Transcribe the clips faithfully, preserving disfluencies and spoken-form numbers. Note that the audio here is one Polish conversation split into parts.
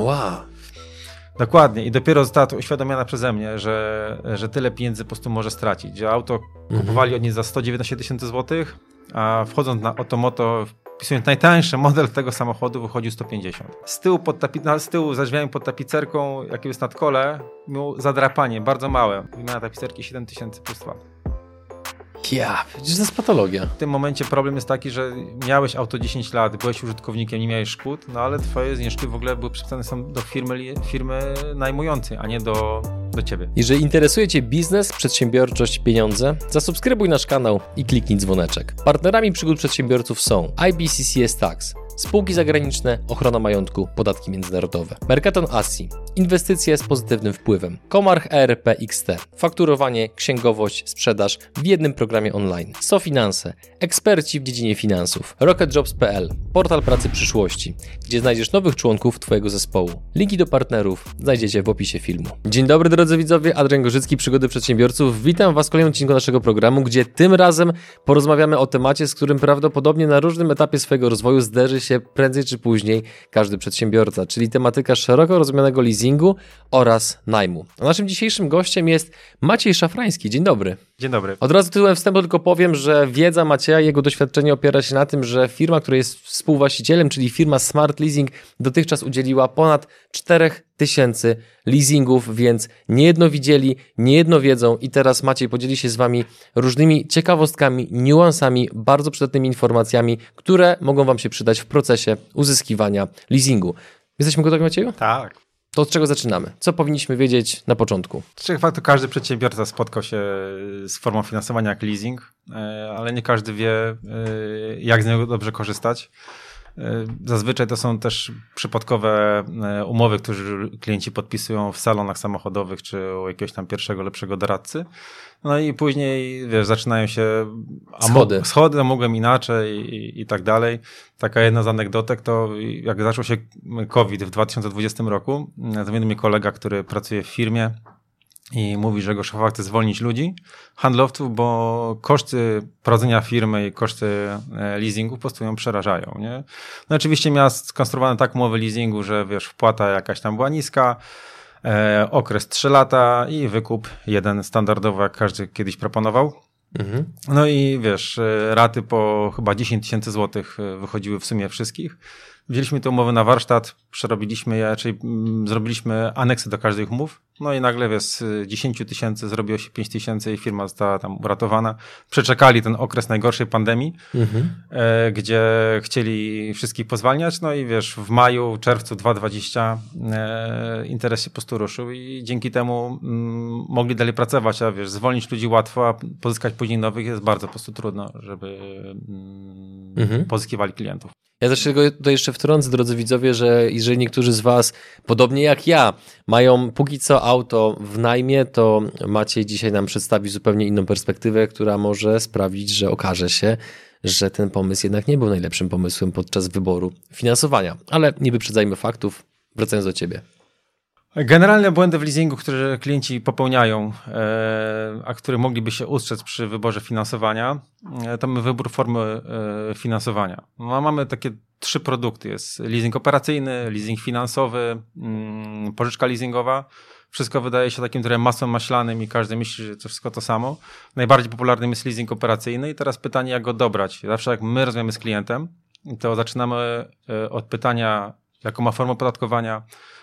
wow. Dokładnie. I dopiero została to uświadomiona przeze mnie, że, że tyle pieniędzy po prostu może stracić. Że auto mhm. kupowali od niej za sto dziewiętnaście tysięcy złotych, a wchodząc na Otomoto, wpisując najtańszy model tego samochodu, wychodził sto pięćdziesiąt. Z tyłu, pod tapi- no, z tyłu za drzwiami pod tapicerką, jakie jest nadkole, miał zadrapanie bardzo małe. Wymiana tapicerki siedem tysięcy plus dwa. Ja, przecież to jest patologia. W tym momencie problem jest taki, że miałeś auto dziesięć lat, byłeś użytkownikiem, nie miałeś szkód, no ale twoje zniżki w ogóle były przypisane są do firmy, firmy najmującej, a nie do, do ciebie. Jeżeli interesuje cię biznes, przedsiębiorczość, pieniądze, zasubskrybuj nasz kanał i kliknij dzwoneczek. Partnerami przygód przedsiębiorców są I B C C S Tax, spółki zagraniczne, ochrona majątku, podatki międzynarodowe, Mercaton Assi, inwestycje z pozytywnym wpływem, Comarch E R P X T, fakturowanie, księgowość, sprzedaż w jednym programie online, SoFinanse, eksperci w dziedzinie finansów, rocketjobs kropka p l, portal pracy przyszłości, gdzie znajdziesz nowych członków twojego zespołu. Linki do partnerów znajdziecie w opisie filmu. Dzień dobry drodzy widzowie, Adrian Gorzycki, Przygody Przedsiębiorców. Witam was w kolejnym odcinku naszego programu, gdzie tym razem porozmawiamy o temacie, z którym prawdopodobnie na różnym etapie swojego rozwoju zderzy się prędzej czy później każdy przedsiębiorca, czyli tematyka szeroko rozumianego leasingu oraz najmu. A naszym dzisiejszym gościem jest Maciej Szafrański. Dzień dobry. Dzień dobry. Od razu tytułem wstępu tylko powiem, że wiedza Macieja i jego doświadczenie opiera się na tym, że firma, która jest współwłaścicielem, czyli firma Smart Leasing, dotychczas udzieliła ponad cztery tysiące leasingów, więc niejedno widzieli, niejedno wiedzą i teraz Maciej podzieli się z wami różnymi ciekawostkami, niuansami, bardzo przydatnymi informacjami, które mogą wam się przydać w procesie uzyskiwania leasingu. Jesteśmy gotowi, Macieju? Tak. To od czego zaczynamy? Co powinniśmy wiedzieć na początku? Z trzech faktów każdy przedsiębiorca spotkał się z formą finansowania jak leasing, ale nie każdy wie, jak z niego dobrze korzystać. Zazwyczaj to są też przypadkowe umowy, które klienci podpisują w salonach samochodowych czy u jakiegoś tam pierwszego, lepszego doradcy. No i później, wiesz, zaczynają się a schody, mo- schody a mogłem inaczej i, i tak dalej. Taka jedna z anegdotek to jak zaczął się COVID w dwa tysiące dwudziestym roku, zamienił mnie kolega, który pracuje w firmie i mówi, że go szefowa chce zwolnić ludzi, handlowców, bo koszty prowadzenia firmy i koszty leasingu po prostu ją przerażają, nie? No oczywiście miała skonstruowane tak umowy leasingu, że wiesz, wpłata jakaś tam była niska, e, okres trzy lata i wykup jeden standardowy, jak każdy kiedyś proponował. Mhm. No i wiesz, raty po chyba dziesięć tysięcy złotych wychodziły w sumie wszystkich. Wzięliśmy tę umowę na warsztat, przerobiliśmy je, czyli mm, zrobiliśmy aneksy do każdych umów. No i nagle, wiesz, z dziesięć tysięcy zrobiło się pięć tysięcy i firma została tam uratowana. Przeczekali ten okres najgorszej pandemii, mhm. e, gdzie chcieli wszystkich pozwalniać. No i wiesz, w maju, czerwcu dwa tysiące dwudziestym e, interes się po prostu ruszył i dzięki temu mm, mogli dalej pracować, a wiesz, zwolnić ludzi łatwo, a pozyskać później nowych jest bardzo po prostu trudno, żeby mm, mhm. pozyskiwali klientów. Ja też tego tutaj jeszcze wtrącę, drodzy widzowie, że jeżeli niektórzy z was, podobnie jak ja, mają póki co auto w najmie, to Maciej dzisiaj nam przedstawi zupełnie inną perspektywę, która może sprawić, że okaże się, że ten pomysł jednak nie był najlepszym pomysłem podczas wyboru finansowania. Ale nie wyprzedzajmy faktów, wracając do ciebie. Generalne błędy w leasingu, które klienci popełniają, a które mogliby się ustrzec przy wyborze finansowania, to mamy wybór formy finansowania. No, mamy takie trzy produkty. Jest leasing operacyjny, leasing finansowy, pożyczka leasingowa. Wszystko wydaje się takim trochę masłem maślanym i każdy myśli, że to wszystko to samo. Najbardziej popularnym jest leasing operacyjny i teraz pytanie, jak go dobrać. Zawsze jak my rozmawiamy z klientem, to zaczynamy od pytania, jaką ma formę opodatkowania,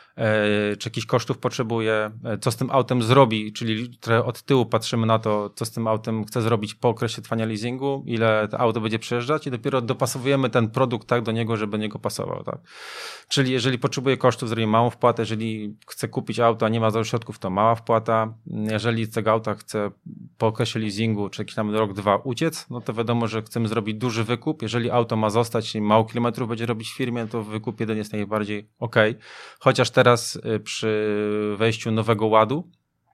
czy jakichś kosztów potrzebuje, co z tym autem zrobi, czyli od tyłu patrzymy na to, co z tym autem chce zrobić po okresie trwania leasingu, ile to auto będzie przejeżdżać i dopiero dopasowujemy ten produkt tak do niego, żeby do niego pasował. Tak? Czyli jeżeli potrzebuje kosztów, zrobimy małą wpłatę, jeżeli chce kupić auto, a nie ma za środków, to mała wpłata. Jeżeli z tego auta chce po okresie leasingu, czy jakiś tam rok, dwa uciec, no to wiadomo, że chcemy zrobić duży wykup. Jeżeli auto ma zostać i mało kilometrów będzie robić w firmie, to wykup jeden jest najbardziej okej. Okay. Chociaż teraz Teraz przy wejściu nowego ładu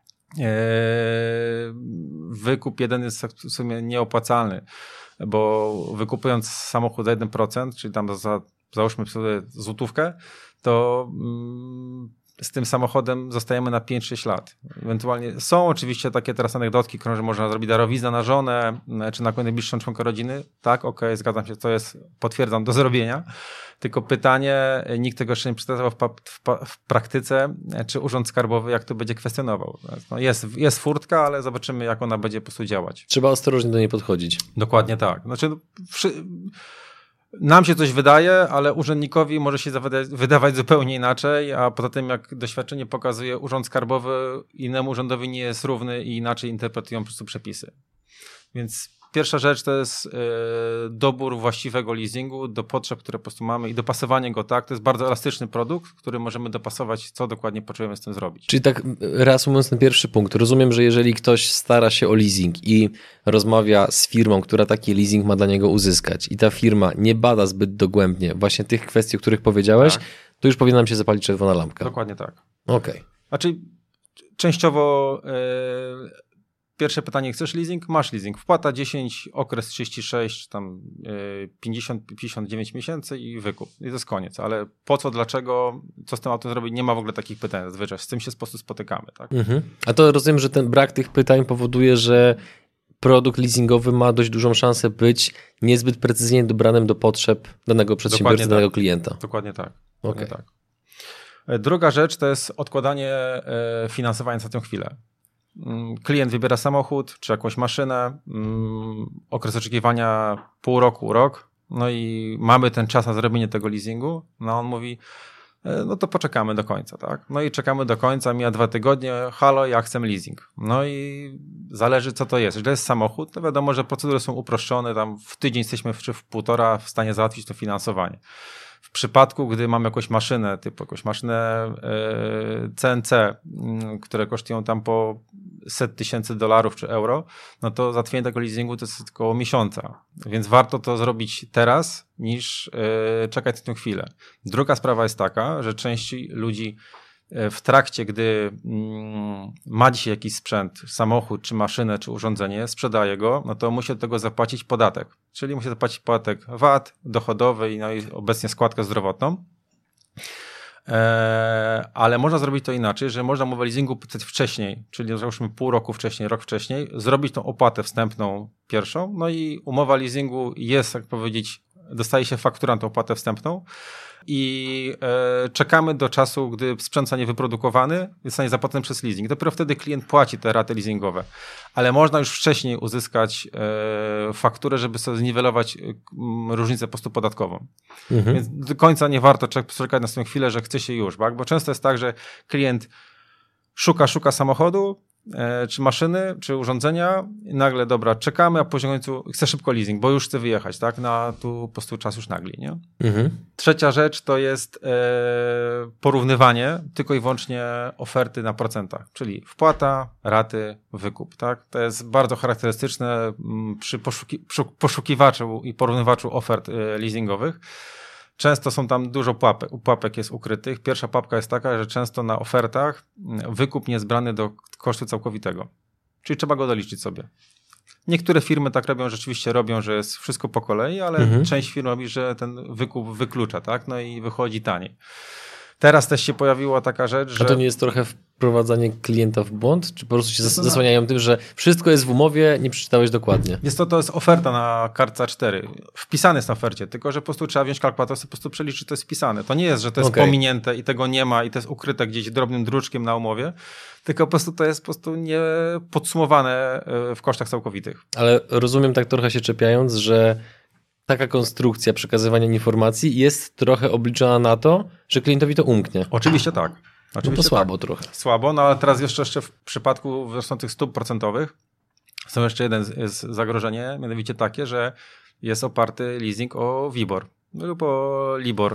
wykup jeden jest w sumie nieopłacalny, bo wykupując samochód za jeden procent, czyli tam za, załóżmy sobie złotówkę, to z tym samochodem zostajemy na pięć sześć lat. Ewentualnie są oczywiście takie teraz anegdotki, że można zrobić darowizna na żonę, czy na najbliższą członka rodziny. Tak, okej, okay, zgadzam się, to jest, potwierdzam, do zrobienia. Tylko pytanie, nikt tego jeszcze nie przedstawiał w, w, w praktyce, czy Urząd Skarbowy jak to będzie kwestionował. No jest, jest furtka, ale zobaczymy, jak ona będzie po prostu działać. Trzeba ostrożnie do niej podchodzić. Dokładnie tak. Znaczy, wszy... nam się coś wydaje, ale urzędnikowi może się wydawać zupełnie inaczej, a poza tym, jak doświadczenie pokazuje, Urząd Skarbowy innemu urzędowi nie jest równy i inaczej interpretują po prostu przepisy. Więc pierwsza rzecz to jest yy, dobór właściwego leasingu do potrzeb, które po prostu mamy i dopasowanie go tak. To jest bardzo elastyczny produkt, który możemy dopasować, co dokładnie potrzebujemy z tym zrobić. Czyli tak reasumując ten pierwszy punkt, rozumiem, że jeżeli ktoś stara się o leasing i rozmawia z firmą, która taki leasing ma dla niego uzyskać i ta firma nie bada zbyt dogłębnie właśnie tych kwestii, o których powiedziałeś, tak, to już powinna nam się zapalić czerwona lampka. Dokładnie tak. Okej. Okay. Znaczy częściowo... Yy, Pierwsze pytanie, chcesz leasing? Masz leasing. Wpłata dziesięć, okres trzydzieści sześć, tam pięćdziesiąt, pięćdziesiąt dziewięć miesięcy i wykup. I to jest koniec. Ale po co, dlaczego, co z tym autem zrobić? Nie ma w ogóle takich pytań zazwyczaj. Z tym się po prostu spotykamy. Tak? Mhm. A to rozumiem, że ten brak tych pytań powoduje, że produkt leasingowy ma dość dużą szansę być niezbyt precyzyjnie dobranym do potrzeb danego przedsiębiorcy, danego tak. klienta. Dokładnie tak. Dokładnie okay. tak. Druga rzecz to jest odkładanie finansowania za tę chwilę. Klient wybiera samochód, czy jakąś maszynę, okres oczekiwania pół roku, rok, no i mamy ten czas na zrobienie tego leasingu, no on mówi, no to poczekamy do końca, tak? No i czekamy do końca, mija dwa tygodnie, halo, ja chcę leasing. No i zależy, co to jest. Jeżeli to jest samochód, to wiadomo, że procedury są uproszczone, tam w tydzień jesteśmy czy w półtora w stanie załatwić to finansowanie. W przypadku, gdy mam jakąś maszynę, typu jakąś maszynę C N C, które kosztują tam po set tysięcy dolarów czy euro, no to załatwienie tego leasingu to jest około miesiąca. Więc warto to zrobić teraz, niż czekać tę chwilę. Druga sprawa jest taka, że częściej ludzi w trakcie, gdy ma dzisiaj jakiś sprzęt, samochód, czy maszynę, czy urządzenie, sprzedaje go, no to musi do tego zapłacić podatek. Czyli musi zapłacić podatek V A T, dochodowy i, no i obecnie składkę zdrowotną. Eee, ale można zrobić to inaczej, że można umowę leasingu podpisać wcześniej, czyli załóżmy pół roku wcześniej, rok wcześniej, zrobić tą opłatę wstępną pierwszą, no i umowa leasingu jest, jak powiedzieć, dostaje się faktura na tą opłatę wstępną i e, czekamy do czasu, gdy sprzęt zostanie wyprodukowany, zostanie zapłacony przez leasing. Dopiero wtedy klient płaci te raty leasingowe. Ale można już wcześniej uzyskać e, fakturę, żeby sobie zniwelować m, różnicę po prostu podatkową. Mhm. Więc do końca nie warto czekać na swoją chwilę, że chce się już, tak? Bo często jest tak, że klient szuka, szuka samochodu, e, czy maszyny, czy urządzenia i nagle, dobra, czekamy, a później w końcu chce szybko leasing, bo już chce wyjechać, tak? Na tu po prostu czas już nagli, nie? Mhm. Trzecia rzecz to jest e, porównywanie tylko i wyłącznie oferty na procentach, czyli wpłata, raty, wykup, tak? To jest bardzo charakterystyczne m, przy poszuki, poszukiwaczu i porównywaczu ofert e, leasingowych. Często są tam dużo pułapek, pułapek jest ukrytych. Pierwsza pułapka jest taka, że często na ofertach wykup nie jest brany do kosztu całkowitego. Czyli trzeba go doliczyć sobie. Niektóre firmy tak robią, rzeczywiście robią, że jest wszystko po kolei, ale mhm. część firm robi, że ten wykup wyklucza, tak? No i wychodzi taniej. Teraz też się pojawiła taka rzecz, że... A to nie jest trochę wprowadzanie klienta w błąd? Czy po prostu się zas- zasłaniają tym, że wszystko jest w umowie, nie przeczytałeś dokładnie? Jest to, to jest oferta na kartce A cztery. Wpisane jest na ofercie, tylko że po prostu trzeba wziąć kalkulator, sobie po prostu przeliczyć, czy to jest wpisane. To nie jest, że to jest okay. pominięte i tego nie ma i to jest ukryte gdzieś drobnym druczkiem na umowie, tylko po prostu to jest po prostu nie podsumowane w kosztach całkowitych. Ale rozumiem tak trochę się czepiając, że taka konstrukcja przekazywania informacji jest trochę obliczona na to, że klientowi to umknie. Oczywiście tak. Oczywiście no to słabo tak. trochę. Słabo, no ale teraz jeszcze, jeszcze w przypadku wzrosnących stóp procentowych są jeszcze jeden jest zagrożenie, mianowicie takie, że jest oparty leasing o WIBOR lub o LIBOR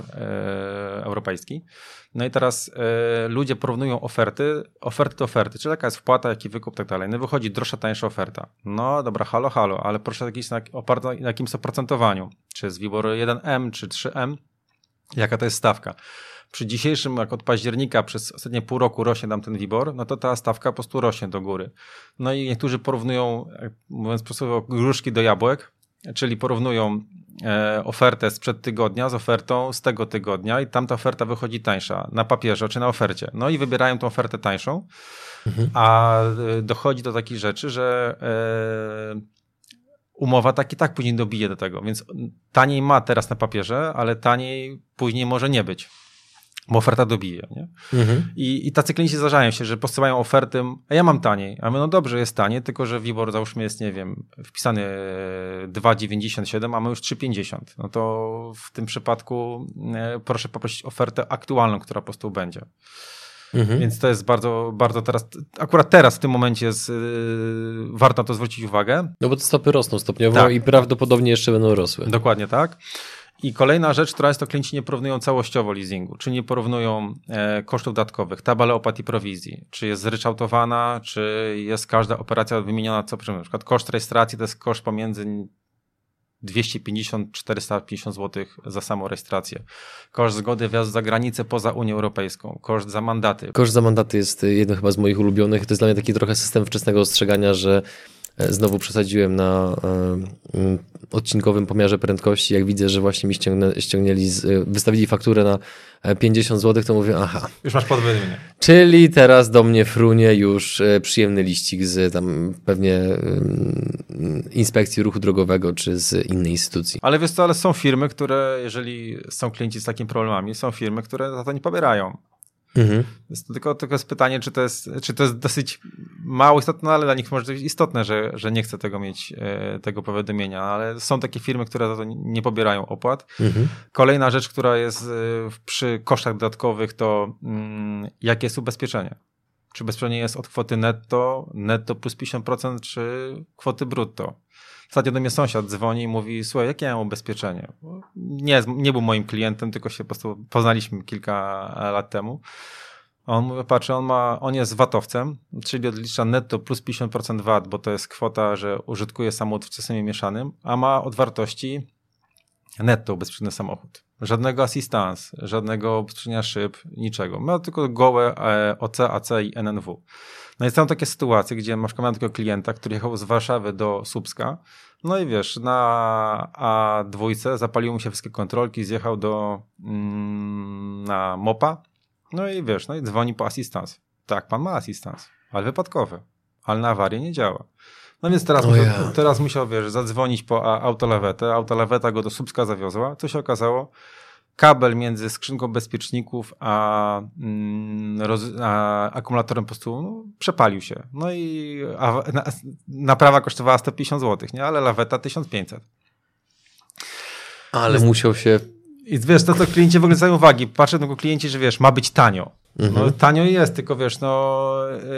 e, europejski. No i teraz e, ludzie porównują oferty, oferty do oferty, czyli jaka jest wpłata, jaki wykup i tak dalej. No wychodzi droższa, tańsza oferta. No dobra, halo, halo, ale proszę jakieś na, oparte na jakimś oprocentowaniu. Czy jest WIBOR jeden M, czy trzy M? Jaka to jest stawka? Przy dzisiejszym, jak od października przez ostatnie pół roku rośnie nam ten WIBOR, no to ta stawka po prostu rośnie do góry. No i niektórzy porównują, mówiąc po prostu, gruszki do jabłek, czyli porównują e, ofertę sprzed tygodnia z ofertą z tego tygodnia i tamta oferta wychodzi tańsza na papierze czy na ofercie. No i wybierają tą ofertę tańszą, mhm. a e, dochodzi do takich rzeczy, że e, umowa tak i tak później dobije do tego, więc taniej ma teraz na papierze, ale taniej później może nie być. Bo oferta dobije. Nie? Mhm. I, I tacy klienci zdarzają się, że posyłają oferty, a ja mam taniej. A my, no dobrze, jest taniej, tylko że WIBOR załóżmy jest, nie wiem, wpisany dwa dziewięćdziesiąt siedem, a my już trzy pięćdziesiąt. No to w tym przypadku e, proszę poprosić ofertę aktualną, która po prostu będzie. Mhm. Więc to jest bardzo, bardzo teraz, akurat teraz w tym momencie jest, yy, warto na to zwrócić uwagę. No bo te stopy rosną stopniowo tak. i prawdopodobnie jeszcze będą rosły. Dokładnie tak. I kolejna rzecz, która jest, to klienci nie porównują całościowo leasingu, czy nie porównują e, kosztów dodatkowych, tabelę opłat i prowizji, czy jest zryczałtowana, czy jest każda operacja wymieniona co przy na przykład koszt rejestracji to jest koszt pomiędzy dwieście pięćdziesiąt do czterysta pięćdziesiąt złotych za samą rejestrację. Koszt zgody wjazdu za granicę poza Unią Europejską, koszt za mandaty. Koszt za mandaty jest jedno chyba z moich ulubionych. To jest dla mnie taki trochę system wczesnego ostrzegania, że znowu przesadziłem na y, odcinkowym pomiarze prędkości. Jak widzę, że właśnie mi ściągnę, ściągnęli, z, wystawili fakturę na pięćdziesiąt złotych, to mówię, aha. Już masz podwyższenie. Czyli teraz do mnie frunie już przyjemny liścik z tam pewnie y, inspekcji ruchu drogowego, czy z innej instytucji. Ale wiesz co, ale są firmy, które, jeżeli są klienci z takimi problemami, są firmy, które za to nie pobierają. Mhm. Jest tylko, tylko jest pytanie, czy to jest, czy to jest dosyć mało istotne, ale dla nich może być istotne, że, że nie chce tego mieć, e, tego powiadomienia, ale są takie firmy, które za to nie pobierają opłat. Mhm. Kolejna rzecz, która jest e, przy kosztach dodatkowych, to mm, jakie jest ubezpieczenie? Czy ubezpieczenie jest od kwoty netto, netto plus pięćdziesiąt procent, czy kwoty brutto? Ostatnio do mnie sąsiad dzwoni i mówi, słuchaj, jakie ja mam ubezpieczenie? Nie, nie był moim klientem, tylko się po prostu poznaliśmy kilka lat temu. On mówi, patrz, on, ma, on jest vatowcem, czyli odlicza netto plus pięćdziesiąt procent V A T, bo to jest kwota, że użytkuje samochód w systemie mieszanym, a ma od wartości netto ubezpieczony samochód. Żadnego assistance, żadnego ubezpieczenia szyb, niczego. Ma tylko gołe O C, A C i N N W. No i są takie sytuacje, gdzie masz takiego klienta, który jechał z Warszawy do Słupska, no i wiesz, na A dwa zapaliły mu się wszystkie kontrolki, zjechał do mm, na mopa, no i wiesz, no i dzwoni po asystans. Tak, pan ma asystans, ale wypadkowy, ale na awarię nie działa. No więc teraz, musiał, ja. teraz musiał, wiesz, zadzwonić po autolawetę, autolaweta go do Słupska zawiozła, co się okazało? Kabel między skrzynką bezpieczników a, mm, roz, a akumulatorem po prostu no, przepalił się. No i a, na, naprawa kosztowała sto pięćdziesiąt złotych, nie? Ale laweta tysiąc pięćset. Ale Więc, musiał się... I wiesz, to co klienci w ogóle zwracają uwagi. Patrzę na klienci, że wiesz, ma być tanio. Mhm. No, tanio jest, tylko wiesz, no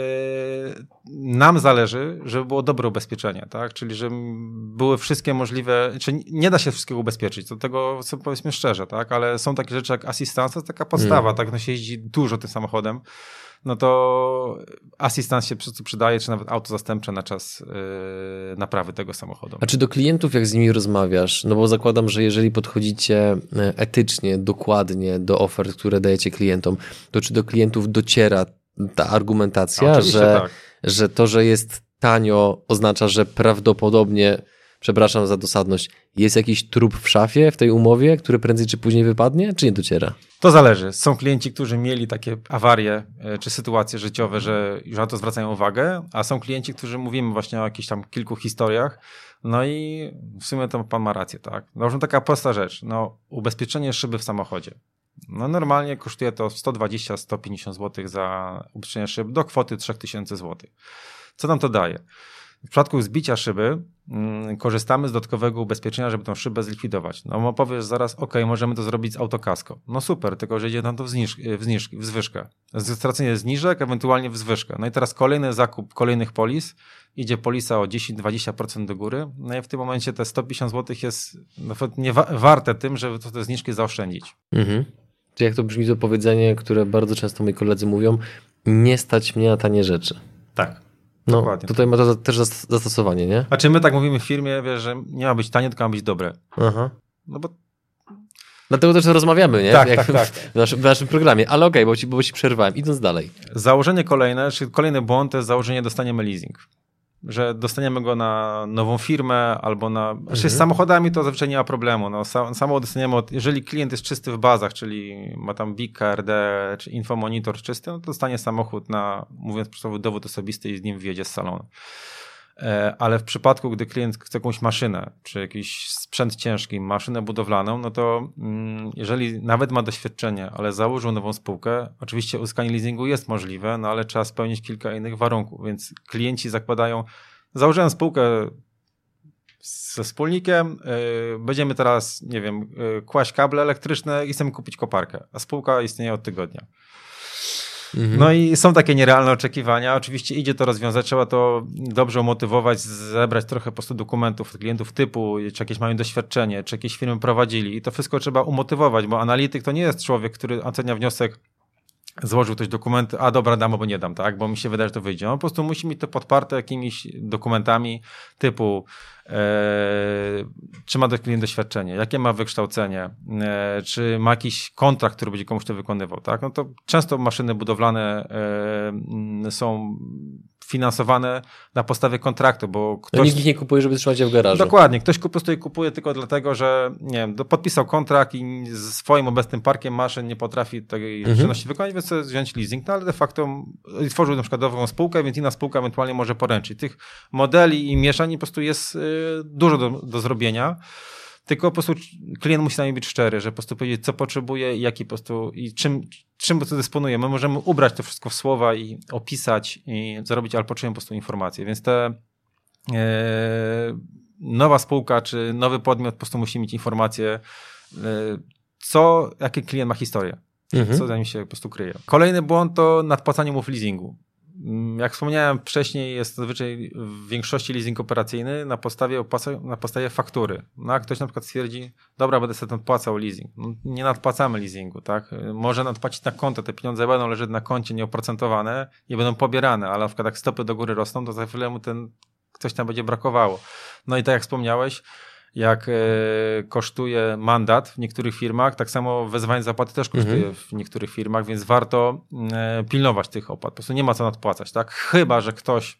yy, nam zależy, żeby było dobre ubezpieczenie, tak? Czyli żeby były wszystkie możliwe, czyli nie da się wszystkiego ubezpieczyć, do tego co powiedzmy szczerze, tak? Ale są takie rzeczy jak asystans, to jest taka podstawa, mhm. tak? No się jeździ dużo tym samochodem, no to asystans się po prostu przydaje, czy nawet auto zastępcze na czas yy, naprawy tego samochodu. A czy do klientów, jak z nimi rozmawiasz, no bo zakładam, że jeżeli podchodzicie etycznie, dokładnie do ofert, które dajecie klientom, to czy do klientów dociera ta argumentacja, no, że, tak. że to, że jest tanio, oznacza, że prawdopodobnie, przepraszam za dosadność, jest jakiś trup w szafie w tej umowie, który prędzej czy później wypadnie, czy nie dociera? To zależy. Są klienci, którzy mieli takie awarie czy sytuacje życiowe, że już na to zwracają uwagę, a są klienci, którzy mówimy właśnie o jakichś tam kilku historiach, no i w sumie to pan ma rację, tak? No, taka prosta rzecz, no ubezpieczenie szyby w samochodzie. No normalnie kosztuje to sto dwadzieścia do stu pięćdziesięciu złotych za ubezpieczenie szyb do kwoty trzy tysiące złotych. Co nam to daje? W przypadku zbicia szyby mm, korzystamy z dodatkowego ubezpieczenia, żeby tą szybę zlikwidować. No powiesz zaraz, ok, możemy to zrobić z autokasko. No super, tylko że idzie tam to w, zniż, w, zniż, w zwyżkę. Stracenie zniżek, ewentualnie w zwyżkę. No i teraz kolejny zakup kolejnych polis, idzie polisa o dziesięć do dwudziestu procent do góry, no i w tym momencie te sto pięćdziesiąt złotych jest no, nie wa- warte tym, żeby te zniżki zaoszczędzić. Mhm. Czy jak to brzmi to powiedzenie, które bardzo często moi koledzy mówią, nie stać mnie na tanie rzeczy. Tak. No, dokładnie. Tutaj ma to też zastosowanie, nie? A czy my tak mówimy w firmie, wiesz, że nie ma być tanie, tylko ma być dobre. Aha. No bo... Dlatego też rozmawiamy, nie? Tak, Jak tak, tak. W naszym, w naszym programie. Ale okej, okay, bo, ci, bo ci przerwałem. Idąc dalej. Założenie kolejne, czy kolejny błąd to jest założenie dostaniemy leasing. że dostaniemy go na nową firmę albo na... Mhm. Znaczy z samochodami to zazwyczaj nie ma problemu. No, sam, samochód dostaniemy od... Jeżeli klient jest czysty w bazach, czyli ma tam B I K, K R D czy infomonitor czysty, no to dostanie samochód na, mówiąc przykładowo, dowód osobisty i z nim wyjedzie z salonu. Ale w przypadku, gdy klient chce jakąś maszynę, czy jakiś sprzęt ciężki, maszynę budowlaną, no to mm, jeżeli nawet ma doświadczenie, ale założył nową spółkę, oczywiście uzyskanie leasingu jest możliwe, no ale trzeba spełnić kilka innych warunków, więc klienci zakładają, założyłem spółkę ze wspólnikiem, yy, będziemy teraz, nie wiem, yy, kłaść kable elektryczne i chcemy kupić koparkę, a spółka istnieje od tygodnia. Mhm. No i są takie nierealne oczekiwania. Oczywiście idzie to rozwiązać, trzeba to dobrze umotywować, zebrać trochę po prostu dokumentów od klientów typu, czy jakieś mają doświadczenie, czy jakieś firmy prowadzili i to wszystko trzeba umotywować, bo analityk to nie jest człowiek, który ocenia wniosek, złożył ktoś dokumenty, a dobra, dam albo nie dam, tak, bo mi się wydaje, że to wyjdzie. On po prostu musi mieć to podparte jakimiś dokumentami typu e, czy ma klient doświadczenie, jakie ma wykształcenie, e, czy ma jakiś kontrakt, który będzie komuś to wykonywał, tak. No to często maszyny budowlane e, są finansowane na podstawie kontraktu, bo ktoś... No nikt ich nie kupuje, żeby trzymać je w garażu. Dokładnie. Ktoś po prostu je kupuje tylko dlatego, że nie wiem, podpisał kontrakt i z swoim obecnym parkiem maszyn nie potrafi tej mhm. czynności wykonać, więc chce wziąć leasing, no ale de facto tworzył na przykład nową spółkę, więc inna spółka ewentualnie może poręczyć. Tych modeli i mieszań po prostu jest y, dużo do, do zrobienia. Tylko po prostu klient musi z nami być szczery, że po prostu powiedzieć, co potrzebuje i jaki po prostu, i czym, czym po prostu dysponuje. My możemy ubrać to wszystko w słowa i opisać i zarobić, ale potrzebujemy po prostu informacje. Więc te e, nowa spółka czy nowy podmiot po prostu musi mieć informacje, e, co, jaki klient ma historię, mhm. co za nim się po prostu kryje. Kolejny błąd to nadpłacanie umów leasingu. Jak wspomniałem wcześniej, jest zazwyczaj w większości leasing operacyjny na podstawie, opłaca, na podstawie faktury. No a ktoś na przykład stwierdzi, dobra, będę sobie nadpłacał leasing. No, nie nadpłacamy leasingu, tak? Może nadpłacić na konto, te pieniądze będą leżeć na koncie nieoprocentowane i będą pobierane, ale na przykład jak stopy do góry rosną, to za chwilę mu ten coś tam będzie brakowało. No i tak jak wspomniałeś, jak e, kosztuje mandat w niektórych firmach, tak samo wezwanie zapłaty też kosztuje mhm. w niektórych firmach, więc warto e, pilnować tych opłat. Po prostu nie ma co nadpłacać, tak? Chyba że ktoś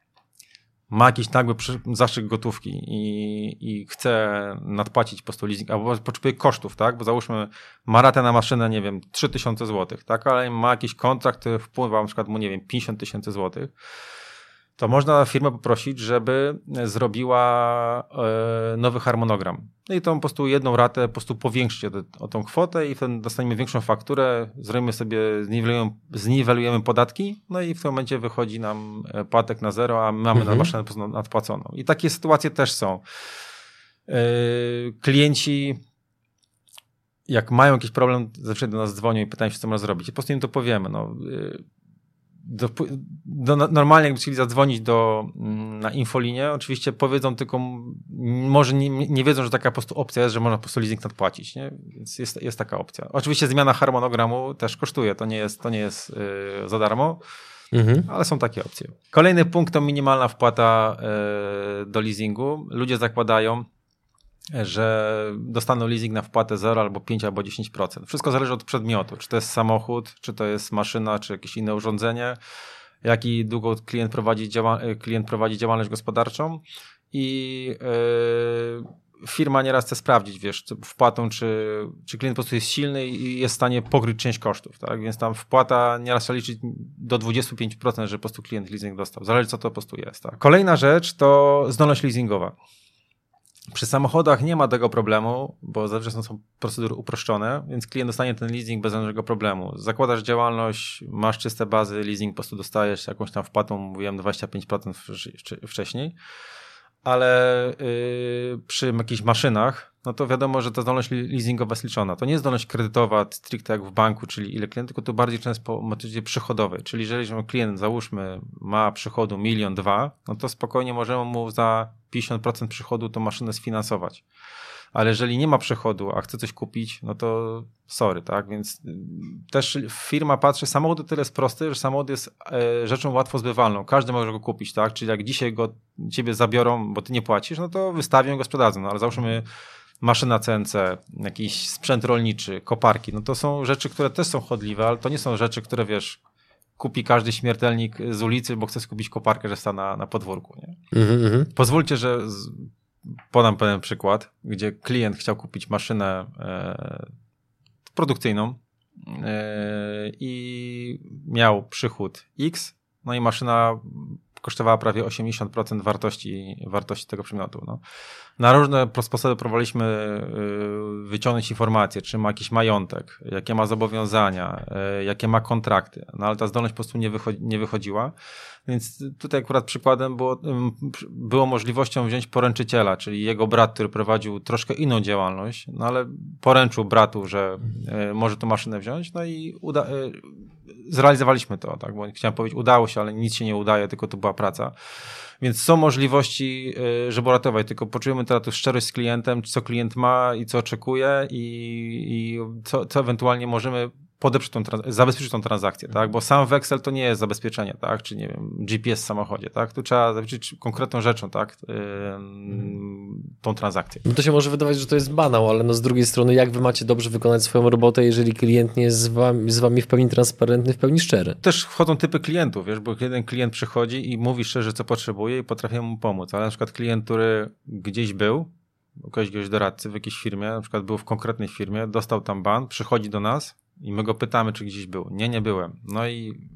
ma jakiś nagły zastrzyk gotówki i, i chce nadpłacić po prostu leasing, albo potrzebuje kosztów, tak? Bo załóżmy, ma ratę na maszynę, nie wiem, trzy tysiące złotych, tak? Ale ma jakiś kontrakt, który wpływa na przykład mu, nie wiem, pięćdziesiąt tysięcy złotych. To można firmę poprosić, żeby zrobiła e, nowy harmonogram. No i tą po prostu jedną ratę po prostu powiększyć o, o tą kwotę i wtedy dostaniemy większą fakturę, zrobimy sobie, zniwelujemy, zniwelujemy podatki, no i w tym momencie wychodzi nam płatek na zero, a mamy mhm. na maszynę po prostu nadpłaconą. I takie sytuacje też są. E, klienci, jak mają jakiś problem, zawsze do nas dzwonią i pytają się, co można zrobić. I po prostu im to powiemy. No, e, Do, do, normalnie jakby chcieli zadzwonić do, na infolinię, oczywiście powiedzą tylko, może nie, nie wiedzą, że taka po prostu opcja jest, że można po prostu leasing nadpłacić, nie? Więc jest, jest taka opcja. Oczywiście zmiana harmonogramu też kosztuje, to nie jest, to nie jest yy, za darmo, mhm. ale są takie opcje. Kolejny punkt to minimalna wpłata yy, do leasingu. Ludzie zakładają, że dostaną leasing na wpłatę zero albo pięć albo dziesięć procent. Wszystko zależy od przedmiotu, czy to jest samochód, czy to jest maszyna, czy jakieś inne urządzenie, jaki długo klient prowadzi, działa- klient prowadzi działalność gospodarczą i yy, firma nieraz chce sprawdzić, wiesz, wpłatą, czy, czy klient po prostu jest silny i jest w stanie pokryć część kosztów, tak? Więc tam wpłata nieraz trzeba liczyć do dwadzieścia pięć procent, że po prostu klient leasing dostał. Zależy, co to po prostu jest. Tak? Kolejna rzecz to zdolność leasingowa. Przy samochodach nie ma tego problemu, bo zawsze są procedury uproszczone, więc klient dostanie ten leasing bez żadnego problemu. Zakładasz działalność, masz czyste bazy, leasing po prostu dostajesz jakąś tam wpłatą, mówiłem dwadzieścia pięć procent wcześniej, ale yy, przy jakichś maszynach, no to wiadomo, że ta zdolność leasingowa jest liczona. To nie jest zdolność kredytowa stricte jak w banku, czyli ile klient, tylko to bardziej często po metodzie przychodowej. Czyli jeżeli klient, załóżmy, ma przychodu milion dwa, no to spokojnie możemy mu za pięćdziesiąt procent przychodu tą maszynę sfinansować. Ale jeżeli nie ma przychodu, a chce coś kupić, no to sorry, tak? Więc też firma patrzy, samochód to tyle jest prosty, że samochód jest e, rzeczą łatwo zbywalną. Każdy może go kupić, tak? Czyli jak dzisiaj go ciebie zabiorą, bo ty nie płacisz, no to wystawią go, sprzedadzą. No ale załóżmy maszyna C N C, jakiś sprzęt rolniczy, koparki, no to są rzeczy, które też są chodliwe, ale to nie są rzeczy, które wiesz, kupi każdy śmiertelnik z ulicy, bo chce kupić koparkę, że sta na, na podwórku. Nie? Mm-hmm. Pozwólcie, że z, podam pewien przykład, gdzie klient chciał kupić maszynę e, produkcyjną e, i miał przychód X, no i maszyna kosztowała prawie osiemdziesiąt procent wartości, wartości tego przedmiotu. No. Na różne sposoby próbowaliśmy wyciągnąć informacje, czy ma jakiś majątek, jakie ma zobowiązania, jakie ma kontrakty, no ale ta zdolność po prostu nie, wychodzi, nie wychodziła. Więc tutaj akurat przykładem było, było możliwością wziąć poręczyciela, czyli jego brat, który prowadził troszkę inną działalność, no ale poręczył bratu, że może tu maszynę wziąć, no i uda, zrealizowaliśmy to, tak, bo chciałem powiedzieć, udało się, ale nic się nie udaje, tylko to była praca. Więc są możliwości, żeby uratować, tylko poczujemy teraz tu szczerość z klientem, co klient ma i co oczekuje i, i co, co ewentualnie możemy podeprzeć tą, zabezpieczyć tą transakcję, tak? Bo sam weksel to nie jest zabezpieczenie, tak? Czy nie wiem, G P S w samochodzie, tak? Tu trzeba zabezpieczyć konkretną rzeczą, tak? Yy, tą transakcję. No to się może wydawać, że to jest banał, ale no z drugiej strony, jak wy macie dobrze wykonać swoją robotę, jeżeli klient nie jest z wami, z wami w pełni transparentny, w pełni szczery? Też wchodzą typy klientów, wiesz, bo jeden klient przychodzi i mówi szczerze, co potrzebuje i potrafi mu pomóc, ale na przykład klient, który gdzieś był, u jakiegoś doradcy w jakiejś firmie, na przykład był w konkretnej firmie, dostał tam ban, przychodzi do nas i my go pytamy, czy gdzieś był. Nie, nie byłem. No i...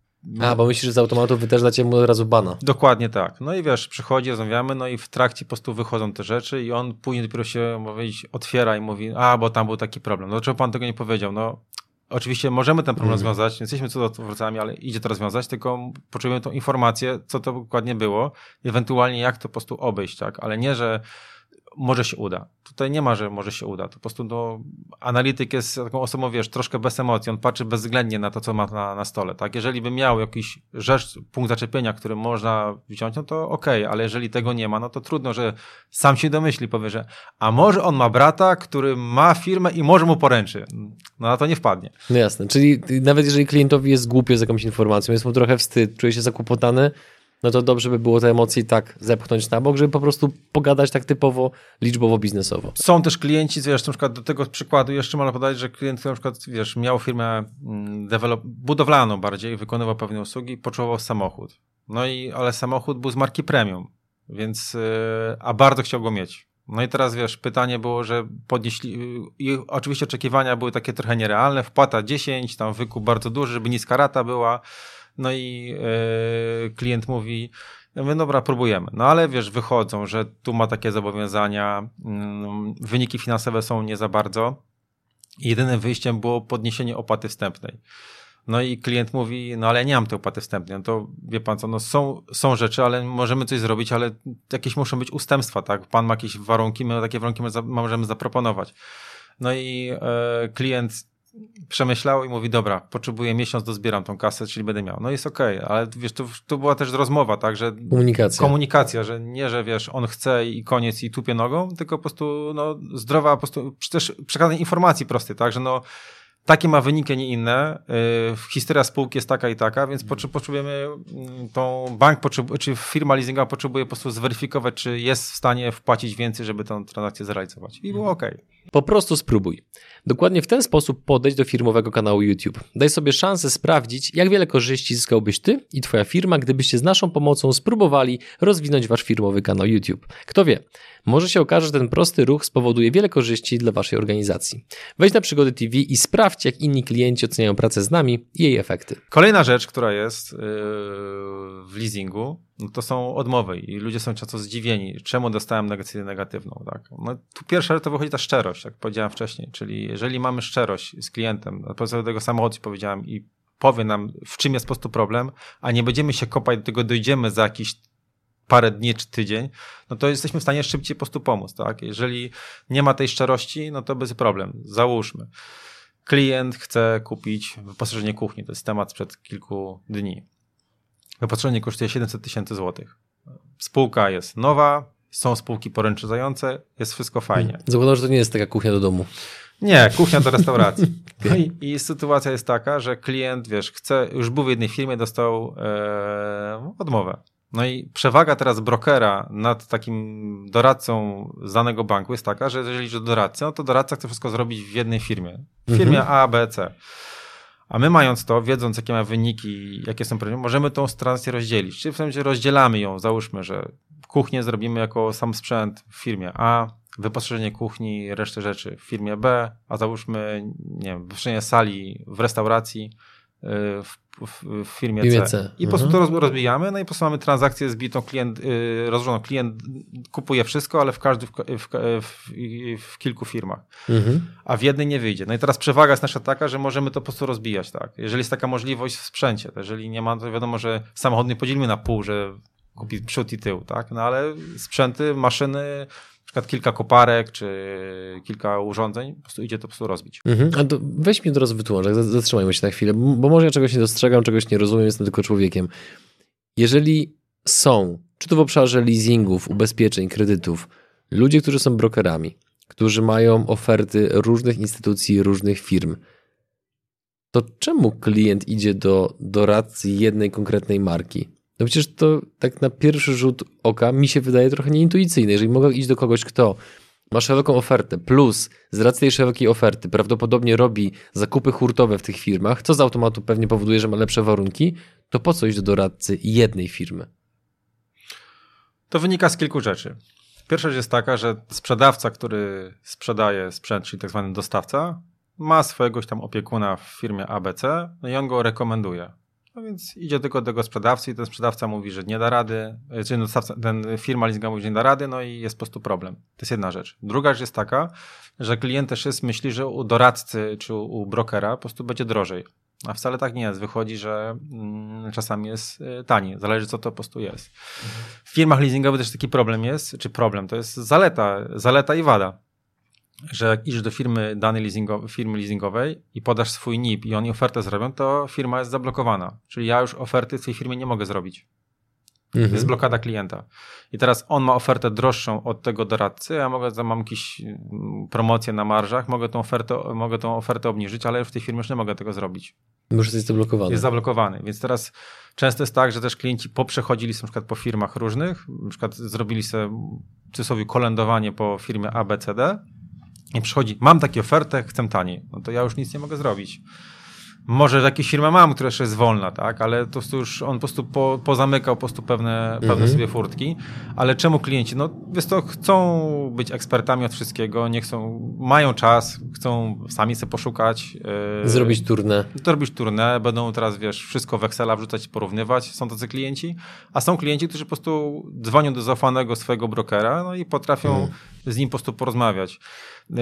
A, bo myślisz, że z automatu wy też dacie mu od razu bana. Dokładnie tak. No i wiesz, przychodzi, rozmawiamy, no i w trakcie po prostu wychodzą te rzeczy i on później dopiero się, można powiedzieć, otwiera i mówi, a, bo tam był taki problem. No dlaczego pan tego nie powiedział? No oczywiście możemy ten problem mm. rozwiązać, nie jesteśmy cudotwórcami, ale idzie to rozwiązać, tylko potrzebujemy tą informację, co to dokładnie było, ewentualnie jak to po prostu obejść, tak? Ale nie, że może się uda. Tutaj nie ma, że może się uda. To po prostu no, analityk jest taką osobą, wiesz, troszkę bez emocji. On patrzy bezwzględnie na to, co ma na, na stole. Tak? Jeżeli by miał jakiś rzecz, punkt zaczepienia, który można wziąć, no to okej, okay, ale jeżeli tego nie ma, no to trudno, że sam się domyśli, powie, że a może on ma brata, który ma firmę i może mu poręczy. No na to nie wpadnie. No jasne. Czyli nawet jeżeli klientowi jest głupio z jakąś informacją, jest mu trochę wstyd, czuje się zakłopotany, no to dobrze by było te emocje tak zepchnąć na bok, żeby po prostu pogadać tak typowo, liczbowo, biznesowo. Są też klienci, wiesz, na przykład do tego przykładu jeszcze można podać, że klient na przykład, wiesz, miał firmę develop, budowlaną bardziej, wykonywał pewne usługi, potrzebował samochód. No i, ale samochód był z marki premium, więc, a bardzo chciał go mieć. No i teraz, wiesz, pytanie było, że podnieśli, i oczywiście oczekiwania były takie trochę nierealne, wpłata dziesięć, tam wykup bardzo duży, żeby niska rata była. No i yy, klient mówi, ja mówię, dobra, próbujemy. No ale wiesz, wychodzą, że tu ma takie zobowiązania, yy, wyniki finansowe są nie za bardzo. I jedynym wyjściem było podniesienie opłaty wstępnej. No i klient mówi, no ale ja nie mam tej opłaty wstępnej. No to wie pan co, no są, są rzeczy, ale możemy coś zrobić, ale jakieś muszą być ustępstwa, tak? Pan ma jakieś warunki, my takie warunki możemy zaproponować. No i yy, klient przemyślał i mówi, dobra, potrzebuję miesiąc, dozbieram tą kasę, czyli będę miał. No jest okej, okay, ale wiesz, to, to była też rozmowa, tak, że komunikacja. komunikacja, że nie, że wiesz, on chce i koniec i tupie nogą, tylko po prostu no, zdrowa, po prostu też przekazanie informacji prostej, tak, że no takie ma wyniki, a nie inne. Yy, historia spółki jest taka i taka, więc hmm. potrzebujemy tą bank, potrzebuje, czy firma leasingowa potrzebuje po prostu zweryfikować, czy jest w stanie wpłacić więcej, żeby tę transakcję zrealizować. I było okej. Okay. Po prostu spróbuj. Dokładnie w ten sposób podejdź do firmowego kanału YouTube. Daj sobie szansę sprawdzić, jak wiele korzyści zyskałbyś ty i twoja firma, gdybyście z naszą pomocą spróbowali rozwinąć wasz firmowy kanał YouTube. Kto wie, może się okaże, że ten prosty ruch spowoduje wiele korzyści dla waszej organizacji. Wejdź na Przygody T V i sprawdź, jak inni klienci oceniają pracę z nami i jej efekty. Kolejna rzecz, która jest yy, w leasingu, no to są odmowy i ludzie są często zdziwieni, czemu dostałem negację negatywną. Tak? No, tu pierwsza rzecz to wychodzi ta szczerość, jak powiedziałem wcześniej, czyli jeżeli mamy szczerość z klientem, na podstawie tego samochodu powiedziałem i powie nam, w czym jest po prostu problem, a nie będziemy się kopać, do tego dojdziemy za jakiś parę dni czy tydzień, no to jesteśmy w stanie szybciej po prostu pomóc. Tak? Jeżeli nie ma tej szczerości, no to bez problem. Załóżmy. Klient chce kupić wyposażenie kuchni, to jest temat sprzed kilku dni. Wyposażenie kosztuje siedemset tysięcy złotych. Spółka jest nowa, są spółki poręczające, jest wszystko fajnie. Zakładam, że to nie jest taka kuchnia do domu. Nie, kuchnia do restauracji. No i, i sytuacja jest taka, że klient, wiesz, chce, już był w jednej firmie, dostał e, odmowę. No i przewaga teraz brokera nad takim doradcą z danego banku jest taka, że jeżeli idzie do doradcy, no to doradca chce wszystko zrobić w jednej firmie. W firmie mhm. A, B, C. A my mając to, wiedząc jakie ma wyniki, jakie są problemy, możemy tą transakcję rozdzielić. Czyli w sensie rozdzielamy ją, załóżmy, że kuchnię zrobimy jako sam sprzęt w firmie A, wyposażenie kuchni, resztę rzeczy w firmie B, a załóżmy, nie wiem, wyposażenie sali w restauracji w, w, w firmie C. C. I po prostu to rozbijamy, no i po prostu mamy transakcję zbitą, klient, rozłożoną, klient kupuje wszystko, ale w każdym, w, w, w kilku firmach. Mhm. A w jednej nie wyjdzie. No i teraz przewaga jest nasza taka, że możemy to po prostu rozbijać, tak? Jeżeli jest taka możliwość w sprzęcie, to jeżeli nie ma, to wiadomo, że samochód nie podzielimy na pół, że kupi przód i tył, tak? No ale sprzęty, maszyny, na przykład kilka koparek, czy kilka urządzeń, po prostu idzie to po prostu rozbić. Mhm. A to weź mnie teraz wytłumacz, zatrzymajmy się na chwilę, bo może ja czegoś nie dostrzegam, czegoś nie rozumiem, jestem tylko człowiekiem. Jeżeli są, czy to w obszarze leasingów, ubezpieczeń, kredytów, ludzie, którzy są brokerami, którzy mają oferty różnych instytucji, różnych firm, to czemu klient idzie do doradcy jednej konkretnej marki? No przecież to tak na pierwszy rzut oka mi się wydaje trochę nieintuicyjne. Jeżeli mogę iść do kogoś, kto ma szeroką ofertę, plus z racji tej szerokiej oferty prawdopodobnie robi zakupy hurtowe w tych firmach, co z automatu pewnie powoduje, że ma lepsze warunki, to po co iść do doradcy jednej firmy? To wynika z kilku rzeczy. Pierwsza rzecz jest taka, że sprzedawca, który sprzedaje sprzęt, czyli tak zwany dostawca, ma swojego tam opiekuna w firmie A B C, no i on go rekomenduje. No więc idzie tylko do tego sprzedawcy i ten sprzedawca mówi, że nie da rady, czy dostawca, ten firma leasingowa mówi, że nie da rady, no i jest po prostu problem. To jest jedna rzecz. Druga rzecz jest taka, że klient też jest, myśli, że u doradcy czy u, u brokera po prostu będzie drożej. A wcale tak nie jest. Wychodzi, że mm, czasami jest y, taniej. Zależy, co to po prostu jest. Mhm. W firmach leasingowych też taki problem jest, czy problem, to jest zaleta, zaleta i wada. Że jak idziesz do firmy danej leasingowej, firmy leasingowej i podasz swój N I P i oni ofertę zrobią, to firma jest zablokowana. Czyli ja już oferty w tej firmie nie mogę zrobić. Mhm. Jest blokada klienta. I teraz on ma ofertę droższą od tego doradcy, ja mogę, mam jakieś promocje na marżach, mogę tą ofertę, mogę tą ofertę obniżyć, ale w tej firmie już nie mogę tego zrobić. Bo już jest zablokowany. Jest zablokowany. Więc teraz często jest tak, że też klienci poprzechodzili sobie na przykład po firmach różnych, na przykład zrobili sobie w cudzysłowie kolędowanie po firmie A, B, C, D, i przychodzi, mam taką ofertę, chcę taniej. No to ja już nic nie mogę zrobić. Może jakieś firmę mam, która jeszcze jest wolna, tak, ale to po prostu już on po prostu po, pozamykał po prostu pewne, pewne mhm. sobie furtki. Ale czemu klienci? No wiesz to, chcą być ekspertami od wszystkiego, nie chcą, mają czas, chcą sami sobie poszukać. Yy, zrobić turnę. Zrobić turnę, będą teraz, wiesz, wszystko w Excela wrzucać i porównywać. Są tacy klienci, a są klienci, którzy po prostu dzwonią do zaufanego swojego brokera, no i potrafią mhm. z nim po prostu porozmawiać. Yy,